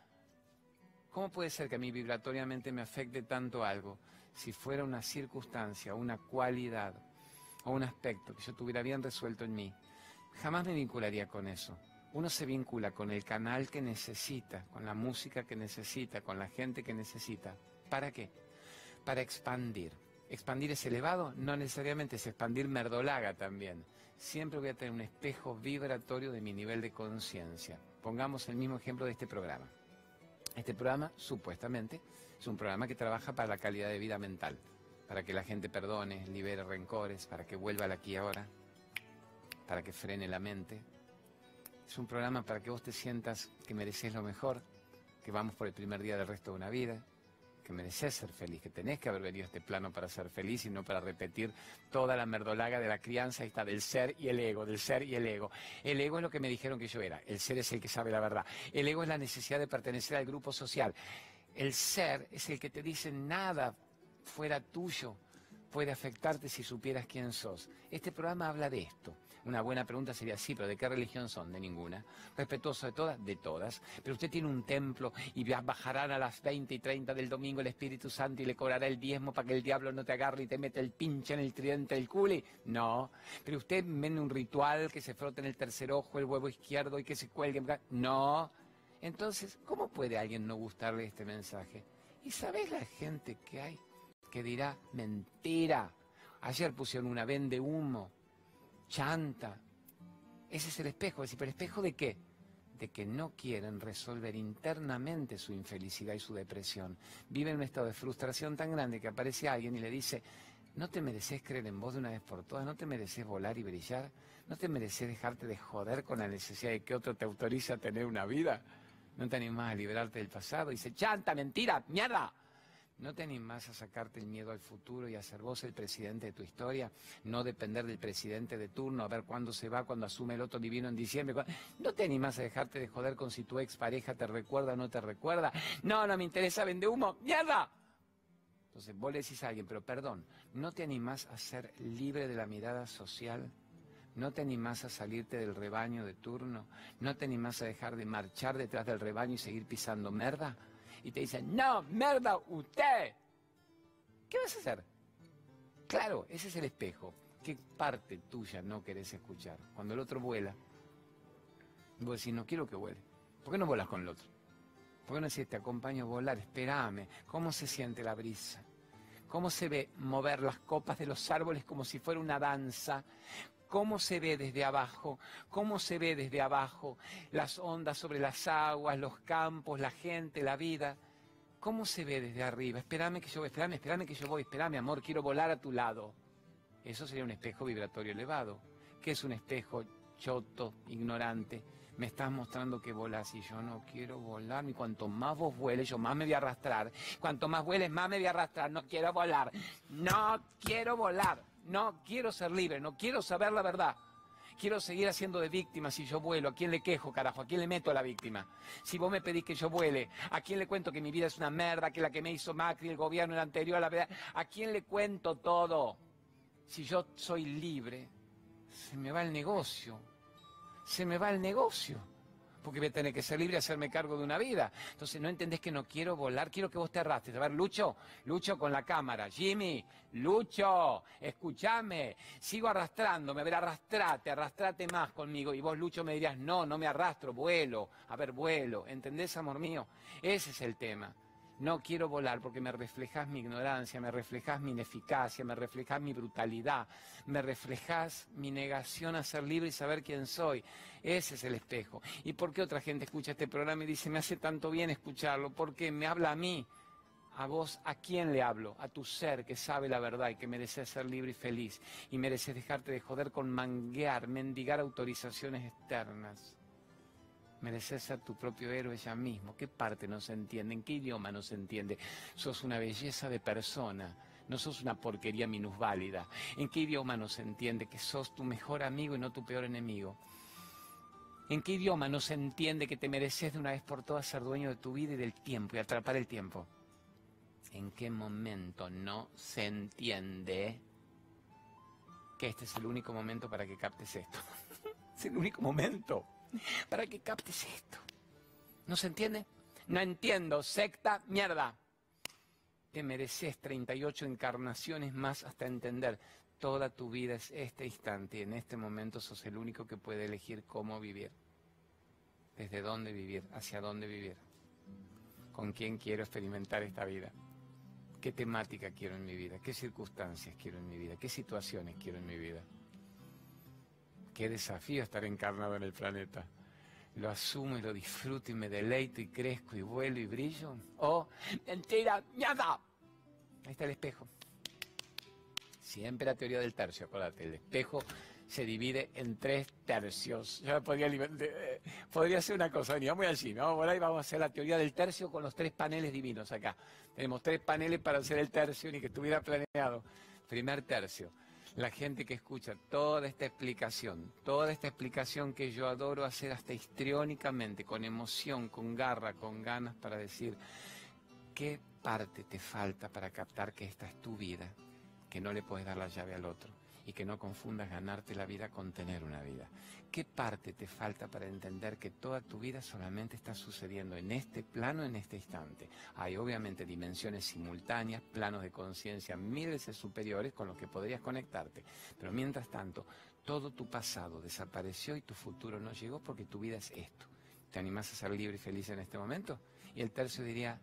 S2: ¿Cómo puede ser que a mí vibratoriamente me afecte tanto algo si fuera una circunstancia, una cualidad o un aspecto que yo tuviera bien resuelto en mí? Jamás me vincularía con eso. Uno se vincula con el canal que necesita, con la música que necesita, con la gente que necesita. ¿Para qué? Para expandir. ¿Expandir es elevado? No necesariamente, es expandir merdolaga también. Siempre voy a tener un espejo vibratorio de mi nivel de conciencia. Pongamos el mismo ejemplo de este programa. Este programa, supuestamente, es un programa que trabaja para la calidad de vida mental, para que la gente perdone, libere rencores, para que vuelva al aquí y ahora, para que frene la mente. Es un programa para que vos te sientas que mereces lo mejor, que vamos por el primer día del resto de una vida, que mereces ser feliz, que tenés que haber venido a este plano para ser feliz y no para repetir toda la merdolaga de la crianza, esta del ser y el ego, del ser y el ego. El ego es lo que me dijeron que yo era, el ser es el que sabe la verdad. El ego es la necesidad de pertenecer al grupo social. El ser es el que te dice nada fuera tuyo puede afectarte si supieras quién sos. Este programa habla de esto. Una buena pregunta sería, sí, pero ¿de qué religión son? De ninguna. ¿Respetuoso de todas? De todas. Pero usted tiene un templo y bajarán a las veinte y treinta del domingo el Espíritu Santo y le cobrará el diezmo para que el diablo no te agarre y te mete el pinche en el tridente del culi. No. Pero usted vende un ritual que se frote en el tercer ojo, el huevo izquierdo y que se cuelgue. No. Entonces, ¿cómo puede a alguien no gustarle este mensaje? ¿Y sabés la gente que hay que dirá mentira? Ayer pusieron una vende humo. Chanta. Ese es el espejo. ¿Pero espejo de qué? De que no quieren resolver internamente su infelicidad y su depresión. Viven en un estado de frustración tan grande que aparece alguien y le dice, ¿no te mereces creer en vos de una vez por todas? ¿No te mereces volar y brillar? ¿No te mereces dejarte de joder con la necesidad de que otro te autorice a tener una vida? ¿No te animás a liberarte del pasado? Y dice, chanta, mentira, mierda. ¿No te animás a sacarte el miedo al futuro y a ser vos el presidente de tu historia? No depender del presidente de turno, a ver cuándo se va, cuándo asume el otro divino en diciembre. ¿No te animás a dejarte de joder con si tu expareja te recuerda o no te recuerda? No, no me interesa, vende humo, ¡mierda! Entonces vos le decís a alguien, pero perdón, ¿no te animás a ser libre de la mirada social? ¿No te animás a salirte del rebaño de turno? ¿No te animás a dejar de marchar detrás del rebaño y seguir pisando merda? Y te dicen, no, merda, usted. ¿Qué vas a hacer? Claro, ese es el espejo. ¿Qué parte tuya no querés escuchar? Cuando el otro vuela, vos decís, no quiero que vuele. ¿Por qué no volas con el otro? ¿Por qué no decís, te acompaño a volar? Espérame. ¿Cómo se siente la brisa? ¿Cómo se ve mover las copas de los árboles como si fuera una danza? ¿Cómo se ve desde abajo? ¿Cómo se ve desde abajo las ondas sobre las aguas, los campos, la gente, la vida? ¿Cómo se ve desde arriba? Espérame que yo voy, espérame, espérame que yo voy, espérame, amor, quiero volar a tu lado. Eso sería un espejo vibratorio elevado. ¿Qué es un espejo choto, ignorante? Me estás mostrando que volás y yo no quiero volar. Y cuanto más vos vueles, yo más me voy a arrastrar. Cuanto más vueles, más me voy a arrastrar. No quiero volar. No quiero volar. No quiero ser libre. No quiero saber la verdad. Quiero seguir haciendo de víctima si yo vuelo. ¿A quién le quejo, carajo? ¿A quién le meto a la víctima? Si vos me pedís que yo vuele, ¿a quién le cuento que mi vida es una merda, que la que me hizo Macri, el gobierno, el anterior, la verdad? ¿A quién le cuento todo? Si yo soy libre, se me va el negocio. Se me va el negocio. Porque voy a tener que ser libre y hacerme cargo de una vida. Entonces, ¿no entendés que no quiero volar? Quiero que vos te arrastres. A ver, Lucho, Lucho con la cámara. Jimmy, Lucho, escúchame. Sigo arrastrándome. A ver, arrastrate, arrastrate más conmigo. Y vos, Lucho, me dirías, no, no me arrastro, vuelo. A ver, vuelo. ¿Entendés, amor mío? Ese es el tema. No quiero volar porque me reflejás mi ignorancia, me reflejás mi ineficacia, me reflejás mi brutalidad, me reflejás mi negación a ser libre y saber quién soy. Ese es el espejo. ¿Y por qué otra gente escucha este programa y dice, me hace tanto bien escucharlo? Porque me habla a mí. A vos, ¿a quién le hablo? A tu ser que sabe la verdad y que mereces ser libre y feliz. Y mereces dejarte de joder con manguear, mendigar autorizaciones externas. Mereces ser tu propio héroe ya mismo. ¿Qué parte no se entiende? ¿En qué idioma no se entiende? Sos una belleza de persona. No sos una porquería minusválida. ¿En qué idioma no se entiende que sos tu mejor amigo y no tu peor enemigo? ¿En qué idioma no se entiende que te mereces de una vez por todas ser dueño de tu vida y del tiempo y atrapar el tiempo? ¿En qué momento no se entiende que este es el único momento para que captes esto? Es el único momento para que captes esto. ¿No se entiende? No entiendo, secta, mierda. Te mereces treinta y ocho encarnaciones más hasta entender. Toda tu vida es este instante y en este momento sos el único que puede elegir cómo vivir. Desde dónde vivir, hacia dónde vivir. Con quién quiero experimentar esta vida. ¿Qué temática quiero en mi vida? ¿Qué circunstancias quiero en mi vida? ¿Qué situaciones quiero en mi vida? Qué desafío estar encarnado en el planeta. Lo asumo y lo disfruto y me deleito y crezco y vuelo y brillo. ¡Oh, mentira, mierda! Ahí está el espejo. Siempre la teoría del tercio, acuérdate. El espejo se divide en tres tercios. Yo podría, eh, podría hacer una cosa, venía muy allí, ¿no? Por ahí vamos a hacer la teoría del tercio con los tres paneles divinos acá. Tenemos tres paneles para hacer el tercio, ni que estuviera planeado. Primer tercio. La gente que escucha toda esta explicación, toda esta explicación que yo adoro hacer hasta histriónicamente, con emoción, con garra, con ganas para decir qué parte te falta para captar que esta es tu vida, que no le puedes dar la llave al otro y que no confundas ganarte la vida con tener una vida. ¿Qué parte te falta para entender que toda tu vida solamente está sucediendo en este plano, en este instante? Hay obviamente dimensiones simultáneas, planos de conciencia mil veces superiores con los que podrías conectarte. Pero mientras tanto, todo tu pasado desapareció y tu futuro no llegó porque tu vida es esto. ¿Te animás a ser libre y feliz en este momento? Y el tercio diría,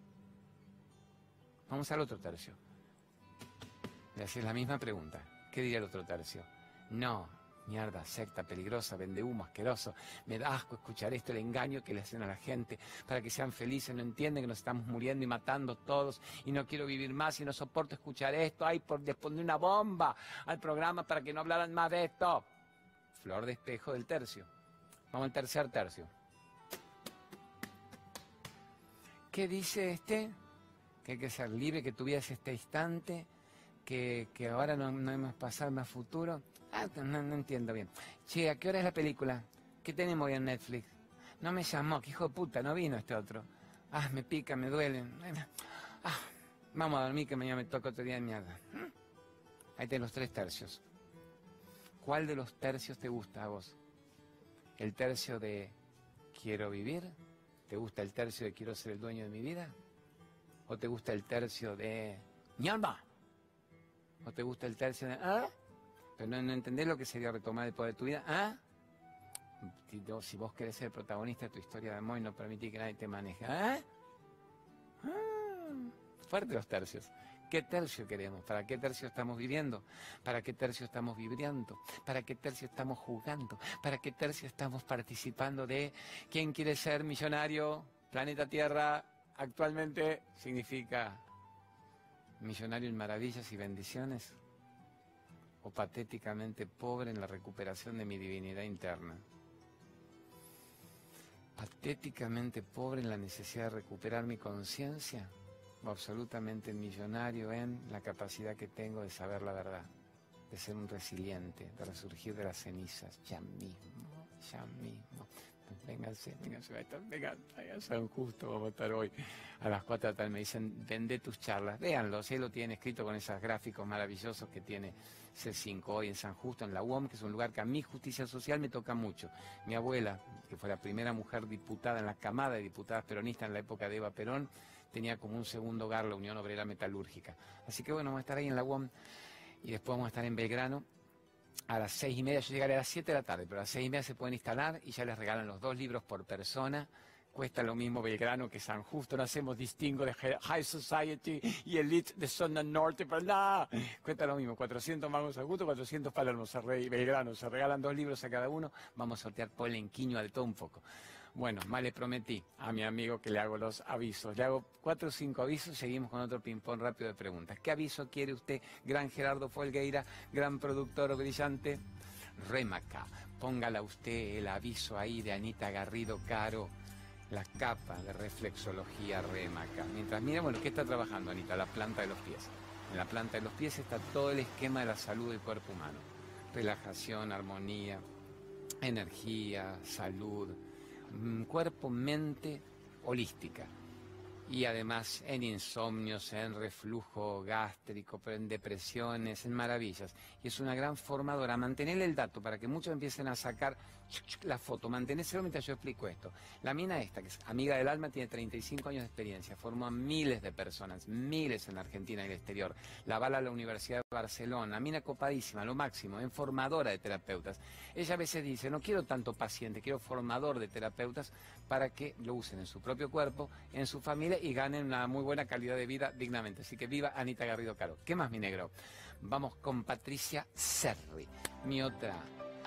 S2: vamos al otro tercio. Le haces la misma pregunta. ¿Qué diría el otro tercio? No, mierda, secta, peligrosa, vende humo, asqueroso. Me da asco escuchar esto, el engaño que le hacen a la gente para que sean felices. No entienden que nos estamos muriendo y matando todos y no quiero vivir más y no soporto escuchar esto. Ay, por responder una bomba al programa para que no hablaran más de esto. Flor de espejo del tercio. Vamos al tercer tercio. ¿Qué dice este? Que hay que ser libre, que tu vida es este instante. Que, que ahora no, no hemos pasado más futuro. Ah, no, no entiendo bien. Che, ¿a qué hora es la película? ¿Qué tenemos hoy en Netflix? No me llamó, que hijo de puta, no vino este otro. Ah, me pica, me duele. Ah, vamos a dormir que mañana me toca otro día de mierda. Ahí tenés los tres tercios. ¿Cuál de los tercios te gusta a vos? ¿El tercio de quiero vivir? ¿Te gusta el tercio de quiero ser el dueño de mi vida? ¿O te gusta el tercio de ñamba? ¿O te gusta el tercio de ah? Pero no, no entendés lo que sería retomar el poder de tu vida. ¿Ah? Si, si vos querés ser el protagonista de tu historia de amor y no permitís que nadie te maneje. ¿Ah? Ah. Fuerte los tercios. ¿Qué tercio queremos? ¿Para qué tercio estamos viviendo? ¿Para qué tercio estamos vibrando? ¿Para qué tercio estamos jugando? ¿Para qué tercio estamos participando de quién quiere ser millonario? Planeta Tierra actualmente significa millonario en maravillas y bendiciones, o patéticamente pobre en la recuperación de mi divinidad interna. Patéticamente pobre en la necesidad de recuperar mi conciencia, o absolutamente millonario en la capacidad que tengo de saber la verdad, de ser un resiliente, de resurgir de las cenizas, ya mismo, ya mismo. Vénganse, vénganse, vengan, vengan, San Justo, vamos a estar hoy a las cuatro de la tarde. Me dicen, vende tus charlas, véanlo, si él lo tiene escrito con esos gráficos maravillosos que tiene C cinco hoy en San Justo, en la U O M, que es un lugar que a mí justicia social me toca mucho. Mi abuela, que fue la primera mujer diputada en la camada de diputadas peronistas en la época de Eva Perón, tenía como un segundo hogar la Unión Obrera Metalúrgica. Así que bueno, vamos a estar ahí en la U O M y después vamos a estar en Belgrano. A las seis y media, yo llegaré a las siete de la tarde, pero a las seis y media se pueden instalar y ya les regalan los dos libros por persona. Cuesta lo mismo Belgrano que San Justo, no hacemos distingo de High Society y Elite de Zona Norte, pero nada, cuesta lo mismo, cuatrocientos mangos San Justo, cuatrocientos Palermo, Belgrano, se regalan dos libros a cada uno, vamos a sortear polenquiño de todo un poco. Bueno, más le prometí a mi amigo que le hago los avisos. Le hago cuatro o cinco avisos, seguimos con otro ping-pong rápido de preguntas. ¿Qué aviso quiere usted, gran Gerardo Folgueira, gran productor brillante? Remaca, póngala usted el aviso ahí de Anita Garrido Caro, la capa de reflexología Remaca. Mientras miremos lo que está trabajando Anita, la planta de los pies. En la planta de los pies está todo el esquema de la salud del cuerpo humano. Relajación, armonía, energía, salud, cuerpo, mente holística. Y además en insomnios, en reflujo gástrico, en depresiones, en maravillas. Y es una gran formadora. Mantener el dato para que muchos empiecen a sacar la foto. Mantenérselo mientras yo explico esto. La mina esta, que es amiga del alma, tiene treinta y cinco años de experiencia. Formó a miles de personas, miles en la Argentina y el exterior. La bala a la Universidad de Barcelona. Mina copadísima, lo máximo, en formadora de terapeutas. Ella a veces dice, no quiero tanto paciente, quiero formador de terapeutas para que lo usen en su propio cuerpo, en su familia y ganen una muy buena calidad de vida dignamente. Así que viva Anita Garrido Caro. ¿Qué más, mi negro? Vamos con Patricia Serri, mi otra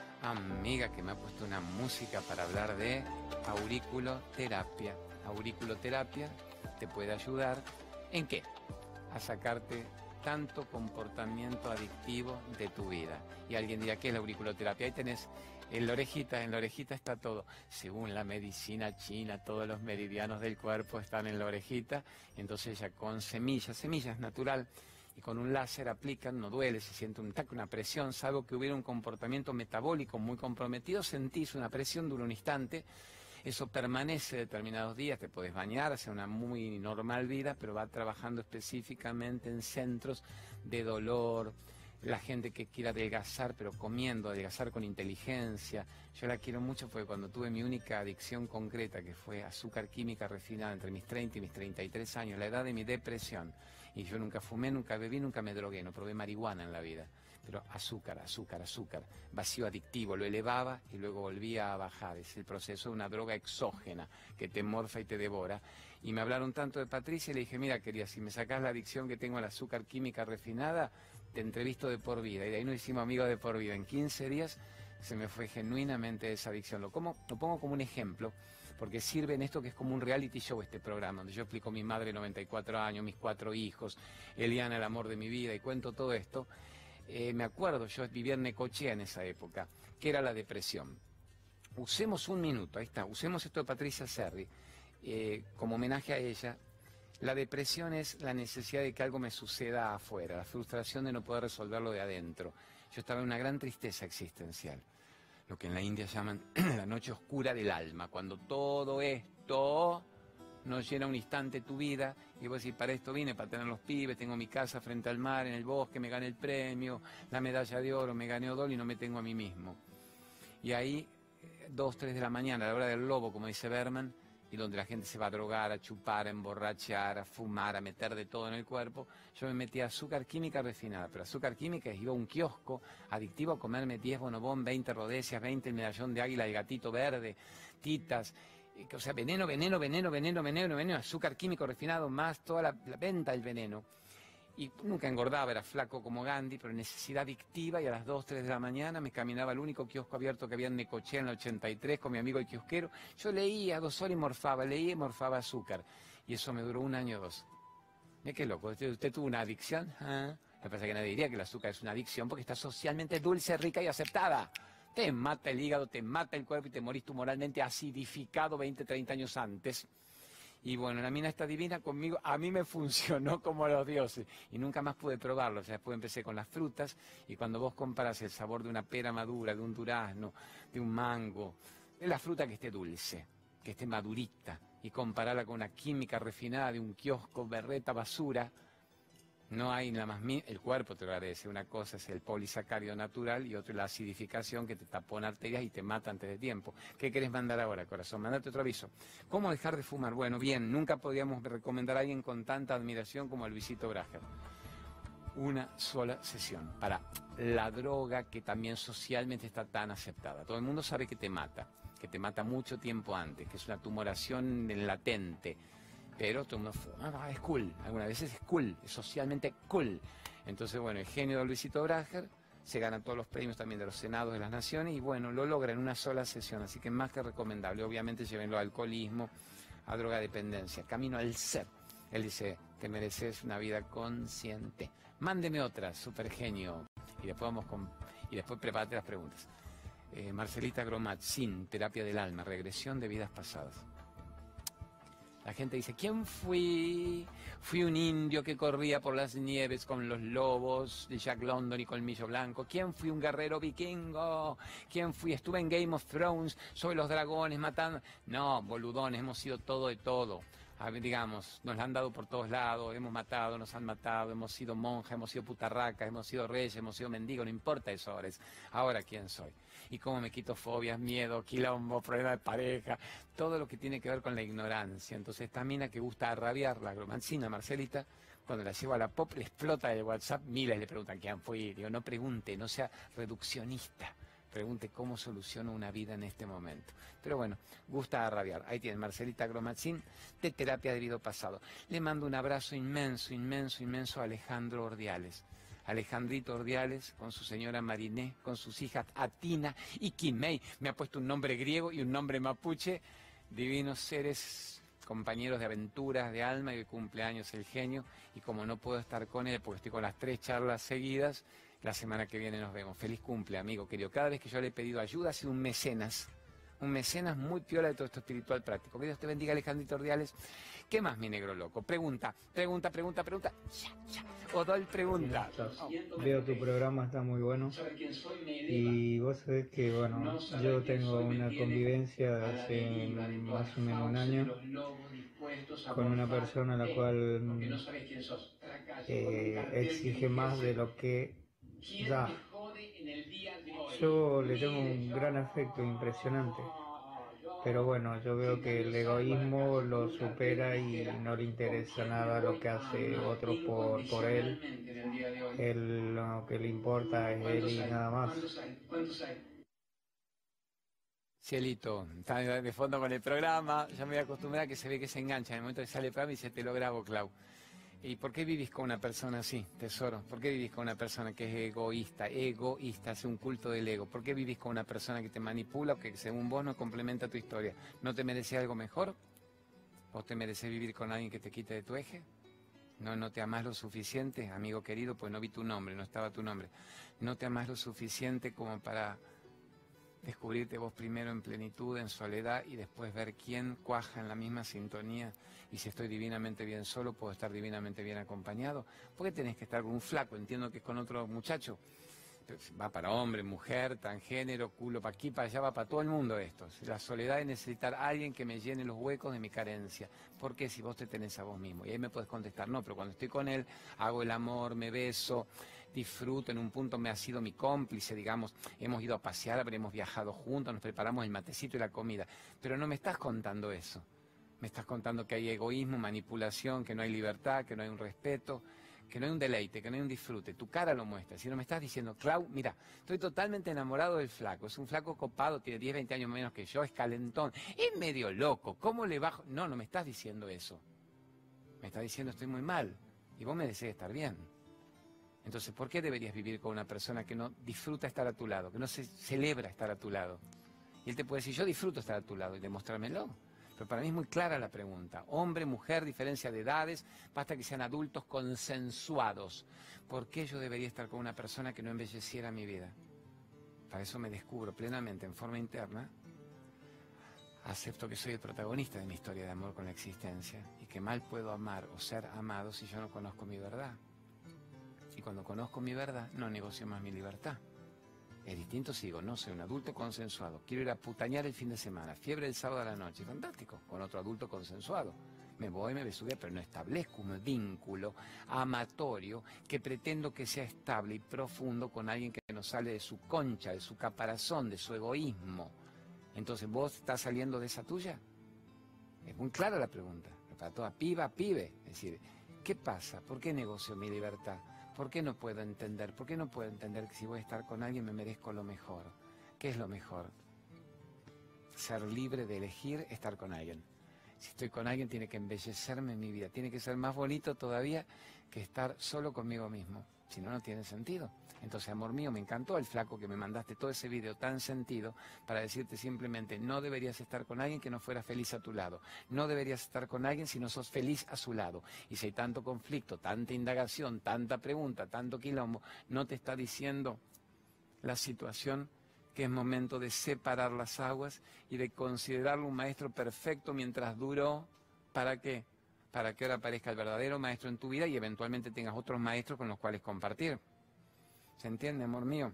S2: amiga que me ha puesto una música para hablar de auriculoterapia. Auriculoterapia te puede ayudar ¿en qué? A sacarte tanto comportamiento adictivo de tu vida. Y alguien dirá, ¿qué es la auriculoterapia? Ahí tenés en la orejita, en la orejita está todo. Según la medicina china, todos los meridianos del cuerpo están en la orejita. Entonces ella con semillas, semillas natural, y con un láser aplican, no duele, se siente un tac, una presión, salvo que hubiera un comportamiento metabólico muy comprometido, sentís una presión, dura un instante, eso permanece determinados días, te podés bañar, hacer una muy normal vida, pero va trabajando específicamente en centros de dolor, la gente que quiera adelgazar, pero comiendo, adelgazar con inteligencia. Yo la quiero mucho porque cuando tuve mi única adicción concreta, que fue azúcar química refinada entre mis treinta y mis treinta y tres años, la edad de mi depresión, y yo nunca fumé, nunca bebí, nunca me drogué, no probé marihuana en la vida, pero azúcar, azúcar, azúcar, vacío adictivo, lo elevaba y luego volvía a bajar. Es el proceso de una droga exógena que te morfa y te devora. Y me hablaron tanto de Patricia y le dije, mira querida, si me sacás la adicción que tengo al azúcar química refinada, te entrevisto de por vida. Y de ahí nos hicimos amigos de por vida. En quince días se me fue genuinamente esa adicción. Lo, como, lo pongo como un ejemplo, porque sirve en esto que es como un reality show este programa, donde yo explico mi madre, noventa y cuatro años, mis cuatro hijos, Eliana, el amor de mi vida, y cuento todo esto. Eh, me acuerdo, yo vivía en Necochea en esa época, que era la depresión. Usemos un minuto, ahí está, usemos esto de Patricia Serri, eh, como homenaje a ella. La depresión es la necesidad de que algo me suceda afuera, la frustración de no poder resolverlo de adentro. Yo estaba en una gran tristeza existencial, lo que en la India llaman la noche oscura del alma, cuando todo esto no llena un instante tu vida, y vos decís, para esto vine, para tener los pibes, tengo mi casa frente al mar, en el bosque, me gané el premio, la medalla de oro, me gané Odol y no me tengo a mí mismo. Y ahí, dos, tres de la mañana, a la hora del lobo, como dice Berman, y donde la gente se va a drogar, a chupar, a emborrachar, a fumar, a meter de todo en el cuerpo, yo me metía azúcar química refinada, pero azúcar química iba a un kiosco adictivo a comerme diez bonobón, veinte rodecias, veinte el medallón de águila, el gatito verde, titas, o sea, veneno, veneno, veneno, veneno, veneno, veneno, azúcar químico refinado, más toda la, la venta del veneno. Y nunca engordaba, era flaco como Gandhi, pero necesidad adictiva, y a las dos, tres de la mañana me caminaba al único kiosco abierto que había en Necochea en el ochenta y tres con mi amigo el kiosquero. Yo leía dos horas y morfaba, leía y morfaba azúcar. Y eso me duró un año o dos. Mira qué loco, ¿usted, usted tuvo una adicción? ¿Ah? Lo que pasa es que nadie diría que el azúcar es una adicción porque está socialmente dulce, rica y aceptada. Te mata el hígado, te mata el cuerpo y te morís tumoralmente acidificado veinte, treinta años antes. Y bueno, la mina está divina conmigo, a mí me funcionó como a los dioses y nunca más pude probarlo. O sea, después empecé con las frutas y cuando vos comparas el sabor de una pera madura, de un durazno, de un mango, de la fruta que esté dulce, que esté madurita, y compararla con una química refinada de un kiosco, berreta, basura, no hay nada más. El cuerpo te lo agradece. Una cosa es el polisacárido natural y otra es la acidificación que te tapona arterias y te mata antes de tiempo. ¿Qué querés mandar ahora, corazón? Mandate otro aviso. ¿Cómo dejar de fumar? Bueno, bien, nunca podíamos recomendar a alguien con tanta admiración como a Luisito Brager. Una sola sesión para la droga que también socialmente está tan aceptada. Todo el mundo sabe que te mata, que te mata mucho tiempo antes, que es una tumoración latente. Pero todo el mundo fuma, es cool, algunas veces es cool, es socialmente cool. Entonces, bueno, el genio de Luisito Brager se gana todos los premios también de los senados de las naciones y bueno, lo logra en una sola sesión, así que más que recomendable. Obviamente llévenlo a alcoholismo, a drogadependencia, camino al ser. Él dice, te mereces una vida consciente. Mándeme otra, super genio. Y después vamos con, y después prepárate las preguntas. Eh, Marcelita Gromat, sin terapia del alma, regresión de vidas pasadas. La gente dice, ¿quién fui? Fui un indio que corría por las nieves con los lobos de Jack London y Colmillo Blanco. ¿Quién fui? Un guerrero vikingo. ¿Quién fui? Estuve en Game of Thrones, sobre los dragones, matando. No, boludones, hemos sido todo de todo. A ver, digamos, nos la han dado por todos lados, hemos matado, nos han matado, hemos sido monjas, hemos sido putarracas, hemos sido reyes, hemos sido mendigos, no importa eso ahora, es ahora quién soy. Y cómo me quito fobias, miedo, quilombo, problemas de pareja, todo lo que tiene que ver con la ignorancia. Entonces esta mina que gusta rabiar, la gromancina Marcelita, cuando la llevo a la pop le explota el WhatsApp, miles le preguntan quién fui. Digo, no pregunte, no sea reduccionista. Pregunte cómo soluciono una vida en este momento. Pero bueno, gusta rabiar. Ahí tienen Marcelita Gromatzin, de Terapia de Vida Pasado. Le mando un abrazo inmenso, inmenso, inmenso a Alejandro Ordiales. Alejandrito Ordiales, con su señora Mariné, con sus hijas Atina y Kimei. Me ha puesto un nombre griego y un nombre mapuche. Divinos seres, compañeros de aventuras, de alma y de cumpleaños el genio. Y como no puedo estar con él porque estoy con las tres charlas seguidas, la semana que viene nos vemos. Feliz cumple, amigo querido. Cada vez que yo le he pedido ayuda, ha sido un mecenas. Un mecenas muy piola de todo esto espiritual práctico. Que Dios te bendiga, Alejandrito Ordiales. ¿Qué más, mi negro loco? Pregunta, pregunta, pregunta, pregunta. Ya, ya. Odol pregunta.
S6: Oh. Veo tu programa, está muy bueno. Y vos sabés que, bueno, yo tengo una convivencia de hace más o menos un año con una persona a la cual eh, exige más de lo que da. Yo le tengo un gran afecto impresionante, pero bueno, yo veo que el egoísmo lo supera y no le interesa nada lo que hace otro por, por él. Él lo que le importa es él y nada más.
S2: Cielito, está de fondo con el programa, ya me voy a acostumbrar a que se ve que se engancha en el momento que sale el programa y dice, te lo grabo, Clau. ¿Y por qué vivís con una persona así, tesoro? ¿Por qué vivís con una persona que es egoísta, egoísta, hace un culto del ego? ¿Por qué vivís con una persona que te manipula o que según vos no complementa tu historia? ¿No te mereces algo mejor? ¿Vos te mereces vivir con alguien que te quite de tu eje? ¿No, no te amás lo suficiente, amigo querido? Pues no vi tu nombre, no estaba tu nombre. ¿No te amás lo suficiente como para descubrirte vos primero en plenitud, en soledad, y después ver quién cuaja en la misma sintonía? Y si estoy divinamente bien solo, puedo estar divinamente bien acompañado. ¿Por qué tenés que estar con un flaco? Entiendo que es con otro muchacho, Va para hombre, mujer, transgénero, culo, para aquí, para allá, va para todo el mundo esto. La soledad es necesitar a alguien que me llene los huecos de mi carencia. ¿Por qué? Si vos te tenés a vos mismo. Y ahí me puedes contestar, no, pero cuando estoy con él, hago el amor, me beso, disfruto, en un punto me ha sido mi cómplice, digamos, hemos ido a pasear, habremos viajado juntos, nos preparamos el matecito y la comida. Pero no me estás contando eso. Me estás contando que hay egoísmo, manipulación, que no hay libertad, que no hay un respeto, que no hay un deleite, que no hay un disfrute. Tu cara lo muestra. Si no me estás diciendo, Clau, mira, estoy totalmente enamorado del flaco. Es un flaco copado, tiene diez, veinte años menos que yo, es calentón, es medio loco. ¿Cómo le bajo? No, no me estás diciendo eso. Me estás diciendo, estoy muy mal. Y vos me deseas estar bien. Entonces, ¿por qué deberías vivir con una persona que no disfruta estar a tu lado, que no se celebra estar a tu lado? Y él te puede decir, yo disfruto estar a tu lado, y demostrármelo. Pero para mí es muy clara la pregunta. Hombre, mujer, diferencia de edades, basta que sean adultos consensuados. ¿Por qué yo debería estar con una persona que no embelleciera mi vida? Para eso me descubro plenamente en forma interna. Acepto que soy el protagonista de mi historia de amor con la existencia y que mal puedo amar o ser amado si yo no conozco mi verdad. Y cuando conozco mi verdad, no negocio más mi libertad. Es distinto si digo, no, soy un adulto consensuado, quiero ir a putañar el fin de semana, fiebre el sábado a la noche, fantástico, con otro adulto consensuado. Me voy, me besugué, pero no establezco un vínculo amatorio que pretendo que sea estable y profundo con alguien que no sale de su concha, de su caparazón, de su egoísmo. Entonces, ¿vos estás saliendo de esa tuya? Es muy clara la pregunta, para toda piba, pibe. Es decir, ¿qué pasa? ¿Por qué negocio mi libertad? ¿Por qué no puedo entender? ¿Por qué no puedo entender que si voy a estar con alguien me merezco lo mejor? ¿Qué es lo mejor? Ser libre de elegir estar con alguien. Si estoy con alguien tiene que embellecerme mi vida. Tiene que ser más bonito todavía que estar solo conmigo mismo. Si no, no tiene sentido. Entonces, amor mío, me encantó el flaco que me mandaste todo ese video tan sentido para decirte simplemente, no deberías estar con alguien que no fuera feliz a tu lado. No deberías estar con alguien si no sos feliz a su lado. Y si hay tanto conflicto, tanta indagación, tanta pregunta, tanto quilombo, no te está diciendo la situación que es momento de separar las aguas y de considerarlo un maestro perfecto mientras duró. ¿Para qué? Para que ahora aparezca el verdadero maestro en tu vida y eventualmente tengas otros maestros con los cuales compartir. ¿Se entiende, amor mío?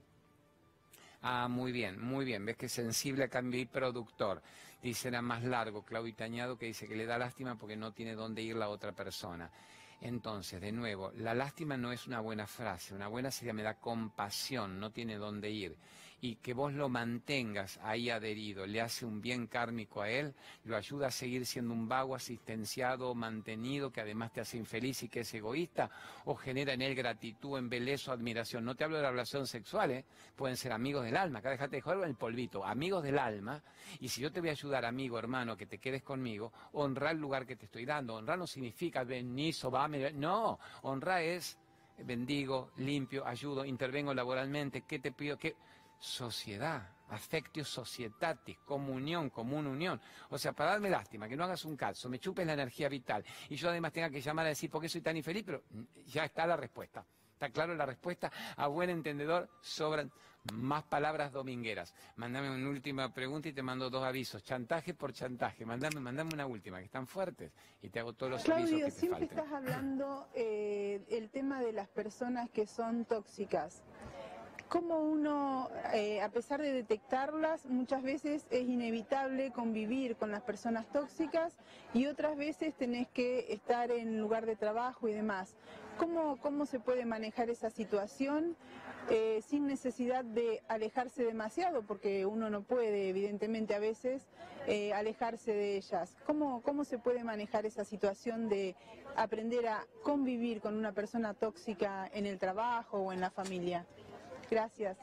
S2: Ah, muy bien, muy bien. Ves que es sensible a cambio y productor. Dice, era más largo, Claudio Tañado, que dice que le da lástima porque no tiene dónde ir la otra persona. Entonces, de nuevo, la lástima no es una buena frase. Una buena sería, me da compasión, no tiene dónde ir. Y que vos lo mantengas ahí adherido, le hace un bien kármico a él, lo ayuda a seguir siendo un vago asistenciado, mantenido, que además te hace infeliz y que es egoísta, o genera en él gratitud, embelezo, admiración. No te hablo de la relación sexual, ¿eh? Pueden ser amigos del alma. Acá dejate de jugar con el polvito. Amigos del alma. Y si yo te voy a ayudar, amigo, hermano, que te quedes conmigo, honra el lugar que te estoy dando. Honrar no significa venizo, va, me... no. Honrar es bendigo, limpio, ayudo, intervengo laboralmente. ¿Qué te pido? ¿Qué? Sociedad, affectio societatis, comunión, común unión. O sea, para darme lástima, que no hagas un caso, me chupes la energía vital y yo además tenga que llamar a decir por qué soy tan infeliz, pero ya está la respuesta. Está claro la respuesta. A buen entendedor sobran más palabras domingueras. Mándame una última pregunta y te mando dos avisos. Chantaje por chantaje. Mándame, mándame una última, que están fuertes. Y te hago todos los
S7: Claudio,
S2: avisos que te
S7: siempre
S2: falten.
S7: estás hablando eh, el tema de las personas que son tóxicas. Cómo uno, eh, a pesar de detectarlas, muchas veces es inevitable convivir con las personas tóxicas y otras veces tenés que estar en lugar de trabajo y demás. ¿Cómo, cómo se puede manejar esa situación eh, sin necesidad de alejarse demasiado? Porque uno no puede, evidentemente, a veces eh, alejarse de ellas. ¿Cómo, ¿Cómo se puede manejar esa situación de aprender a convivir con una persona tóxica en el trabajo o en la familia? Gracias.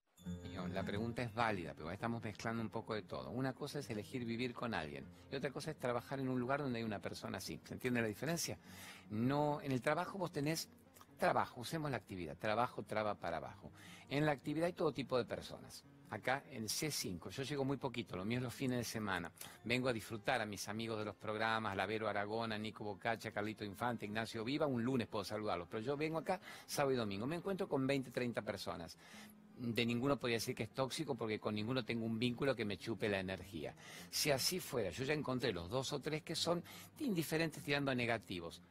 S2: La pregunta es válida, pero estamos mezclando un poco de todo. Una cosa es elegir vivir con alguien y otra cosa es trabajar en un lugar donde hay una persona así. ¿Se entiende la diferencia? No, en el trabajo vos tenés trabajo, usemos la actividad, trabajo traba para abajo. En la actividad hay todo tipo de personas. Acá en C cinco, yo llego muy poquito, lo mío es los fines de semana. Vengo a disfrutar a mis amigos de los programas, a Lavero Aragona, Nico Bocacha, Carlito Infante, Ignacio Viva. Un lunes puedo saludarlos, pero yo vengo acá sábado y domingo. Me encuentro con veinte, treinta personas. De ninguno podría decir que es tóxico porque con ninguno tengo un vínculo que me chupe la energía. Si así fuera, yo ya encontré los dos o tres que son indiferentes tirando a negativos.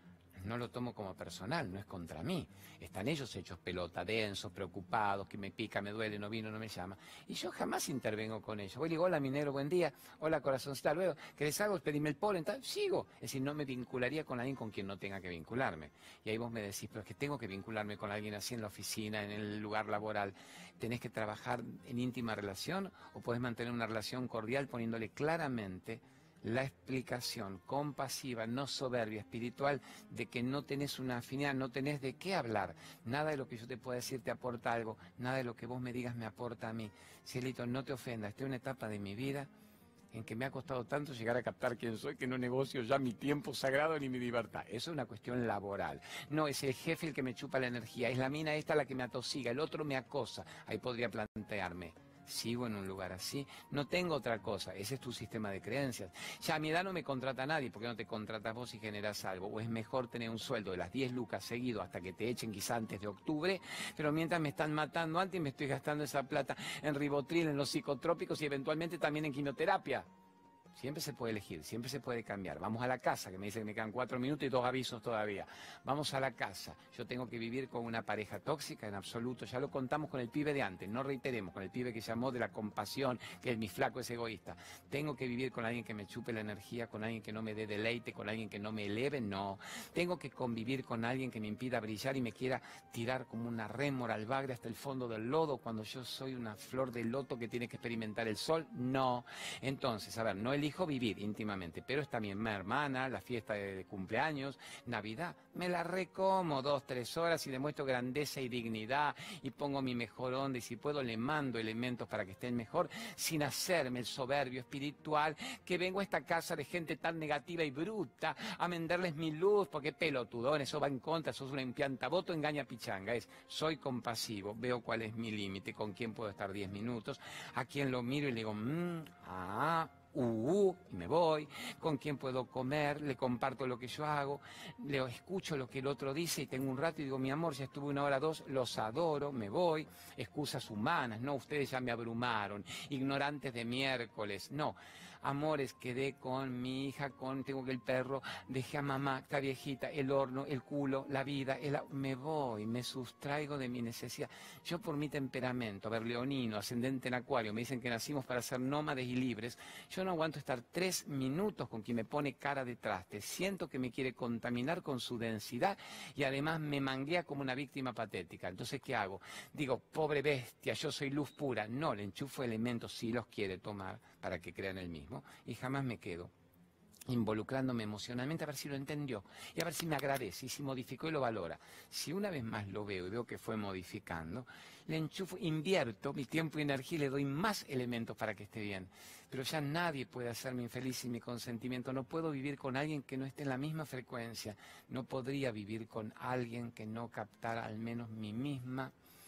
S2: no lo tomo como personal, no es contra mí. Están ellos hechos pelota, densos, preocupados, que me pica, me duele, no vino, no me llama. Y yo jamás intervengo con ellos. Voy y digo, hola, mi negro, buen día. Hola, corazoncita, luego, ¿querés algo? Pedime el polen, tal. Sigo. Es decir, no me vincularía con alguien con quien no tenga que vincularme. Y ahí vos me decís, pero es que tengo que vincularme con alguien así en la oficina, en el lugar laboral. ¿Tenés que trabajar en íntima relación o podés mantener una relación cordial poniéndole claramente la explicación compasiva, no soberbia, espiritual, de que no tenés una afinidad, no tenés de qué hablar? Nada de lo que yo te pueda decir te aporta algo, nada de lo que vos me digas me aporta a mí. Cielito, no te ofendas, estoy en una etapa de mi vida en que me ha costado tanto llegar a captar quién soy, que no negocio ya mi tiempo sagrado ni mi libertad. Eso es una cuestión laboral. No es el jefe el que me chupa la energía, es la mina esta la que me atosiga, el otro me acosa. Ahí podría plantearme, sigo en un lugar así, no tengo otra cosa, ese es tu sistema de creencias. Ya a mi edad no me contrata nadie, ¿por qué no te contratas vos y generas algo? O es mejor tener un sueldo de las diez lucas seguido hasta que te echen quizá antes de octubre, pero mientras me están matando antes me estoy gastando esa plata en ribotril, en los psicotrópicos y eventualmente también en quimioterapia. Siempre se puede elegir, siempre se puede cambiar. Vamos a la casa, que me dicen que me quedan cuatro minutos y dos avisos todavía. Vamos a la casa. Yo tengo que vivir con una pareja tóxica en absoluto. Ya lo contamos con el pibe de antes, no reiteremos, con el pibe que llamó de la compasión, que es mi flaco, es egoísta. Tengo que vivir con alguien que me chupe la energía, con alguien que no me dé deleite, con alguien que no me eleve, no. Tengo que convivir con alguien que me impida brillar y me quiera tirar como una rémora al bagre hasta el fondo del lodo cuando yo soy una flor de loto que tiene que experimentar el sol, no. Entonces, a ver, no elijo vivir íntimamente, pero es también mi hermana, la fiesta de, de cumpleaños, Navidad, me la recomo dos, tres horas y demuestro grandeza y dignidad y pongo mi mejor onda y si puedo le mando elementos para que estén mejor sin hacerme el soberbio espiritual que vengo a esta casa de gente tan negativa y bruta a venderles mi luz porque pelotudón, eso va en contra, sos una impiantavoto, engaña pichanga. Es, soy compasivo, veo cuál es mi límite, con quién puedo estar diez minutos, a quién lo miro y le digo, mmm, ah, Uh, uh, y me voy, con quién puedo comer, le comparto lo que yo hago, le escucho lo que el otro dice y tengo un rato y digo, mi amor, ya estuve una hora, dos, los adoro, me voy, excusas humanas, no, ustedes ya me abrumaron, ignorantes de miércoles, no. Amores, quedé con mi hija, con tengo que el perro, dejé a mamá, está viejita, el horno, el culo, la vida, el, me voy, me sustraigo de mi necesidad. Yo por mi temperamento, a ver, leonino, ascendente en acuario, me dicen que nacimos para ser nómades y libres, yo no aguanto estar tres minutos con quien me pone cara de traste, siento que me quiere contaminar con su densidad y además me manguea como una víctima patética. Entonces, ¿qué hago? Digo, pobre bestia, yo soy luz pura. No, le enchufo elementos, si los quiere tomar, para que crean el mismo. Y jamás me quedo involucrándome emocionalmente a ver si lo entendió y a ver si me agradece y si modificó y lo valora. Si una vez más lo veo y veo que fue modificando, le enchufo, invierto mi tiempo y energía y le doy más elementos para que esté bien. Pero ya nadie puede hacerme infeliz sin mi consentimiento. No puedo vivir con alguien que no esté en la misma frecuencia. No podría vivir con alguien que no captara al menos mi misma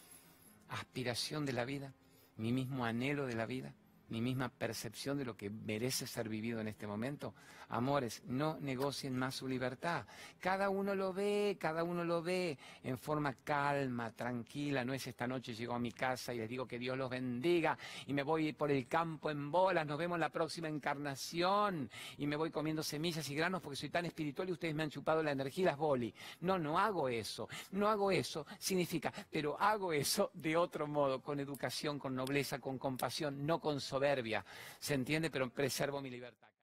S2: aspiración de la vida, mi mismo anhelo de la vida, mi misma percepción de lo que merece ser vivido en este momento. Amores, no negocien más su libertad. Cada uno lo ve, cada uno lo ve en forma calma, tranquila. No es esta noche llego a mi casa y les digo que Dios los bendiga y me voy por el campo en bolas, nos vemos en la próxima encarnación y me voy comiendo semillas y granos porque soy tan espiritual y ustedes me han chupado la energía y las boli. No, no hago eso. No hago eso, significa, pero hago eso de otro modo, con educación, con nobleza, con compasión, no con soberbia. ¿Se entiende? Pero preservo mi libertad.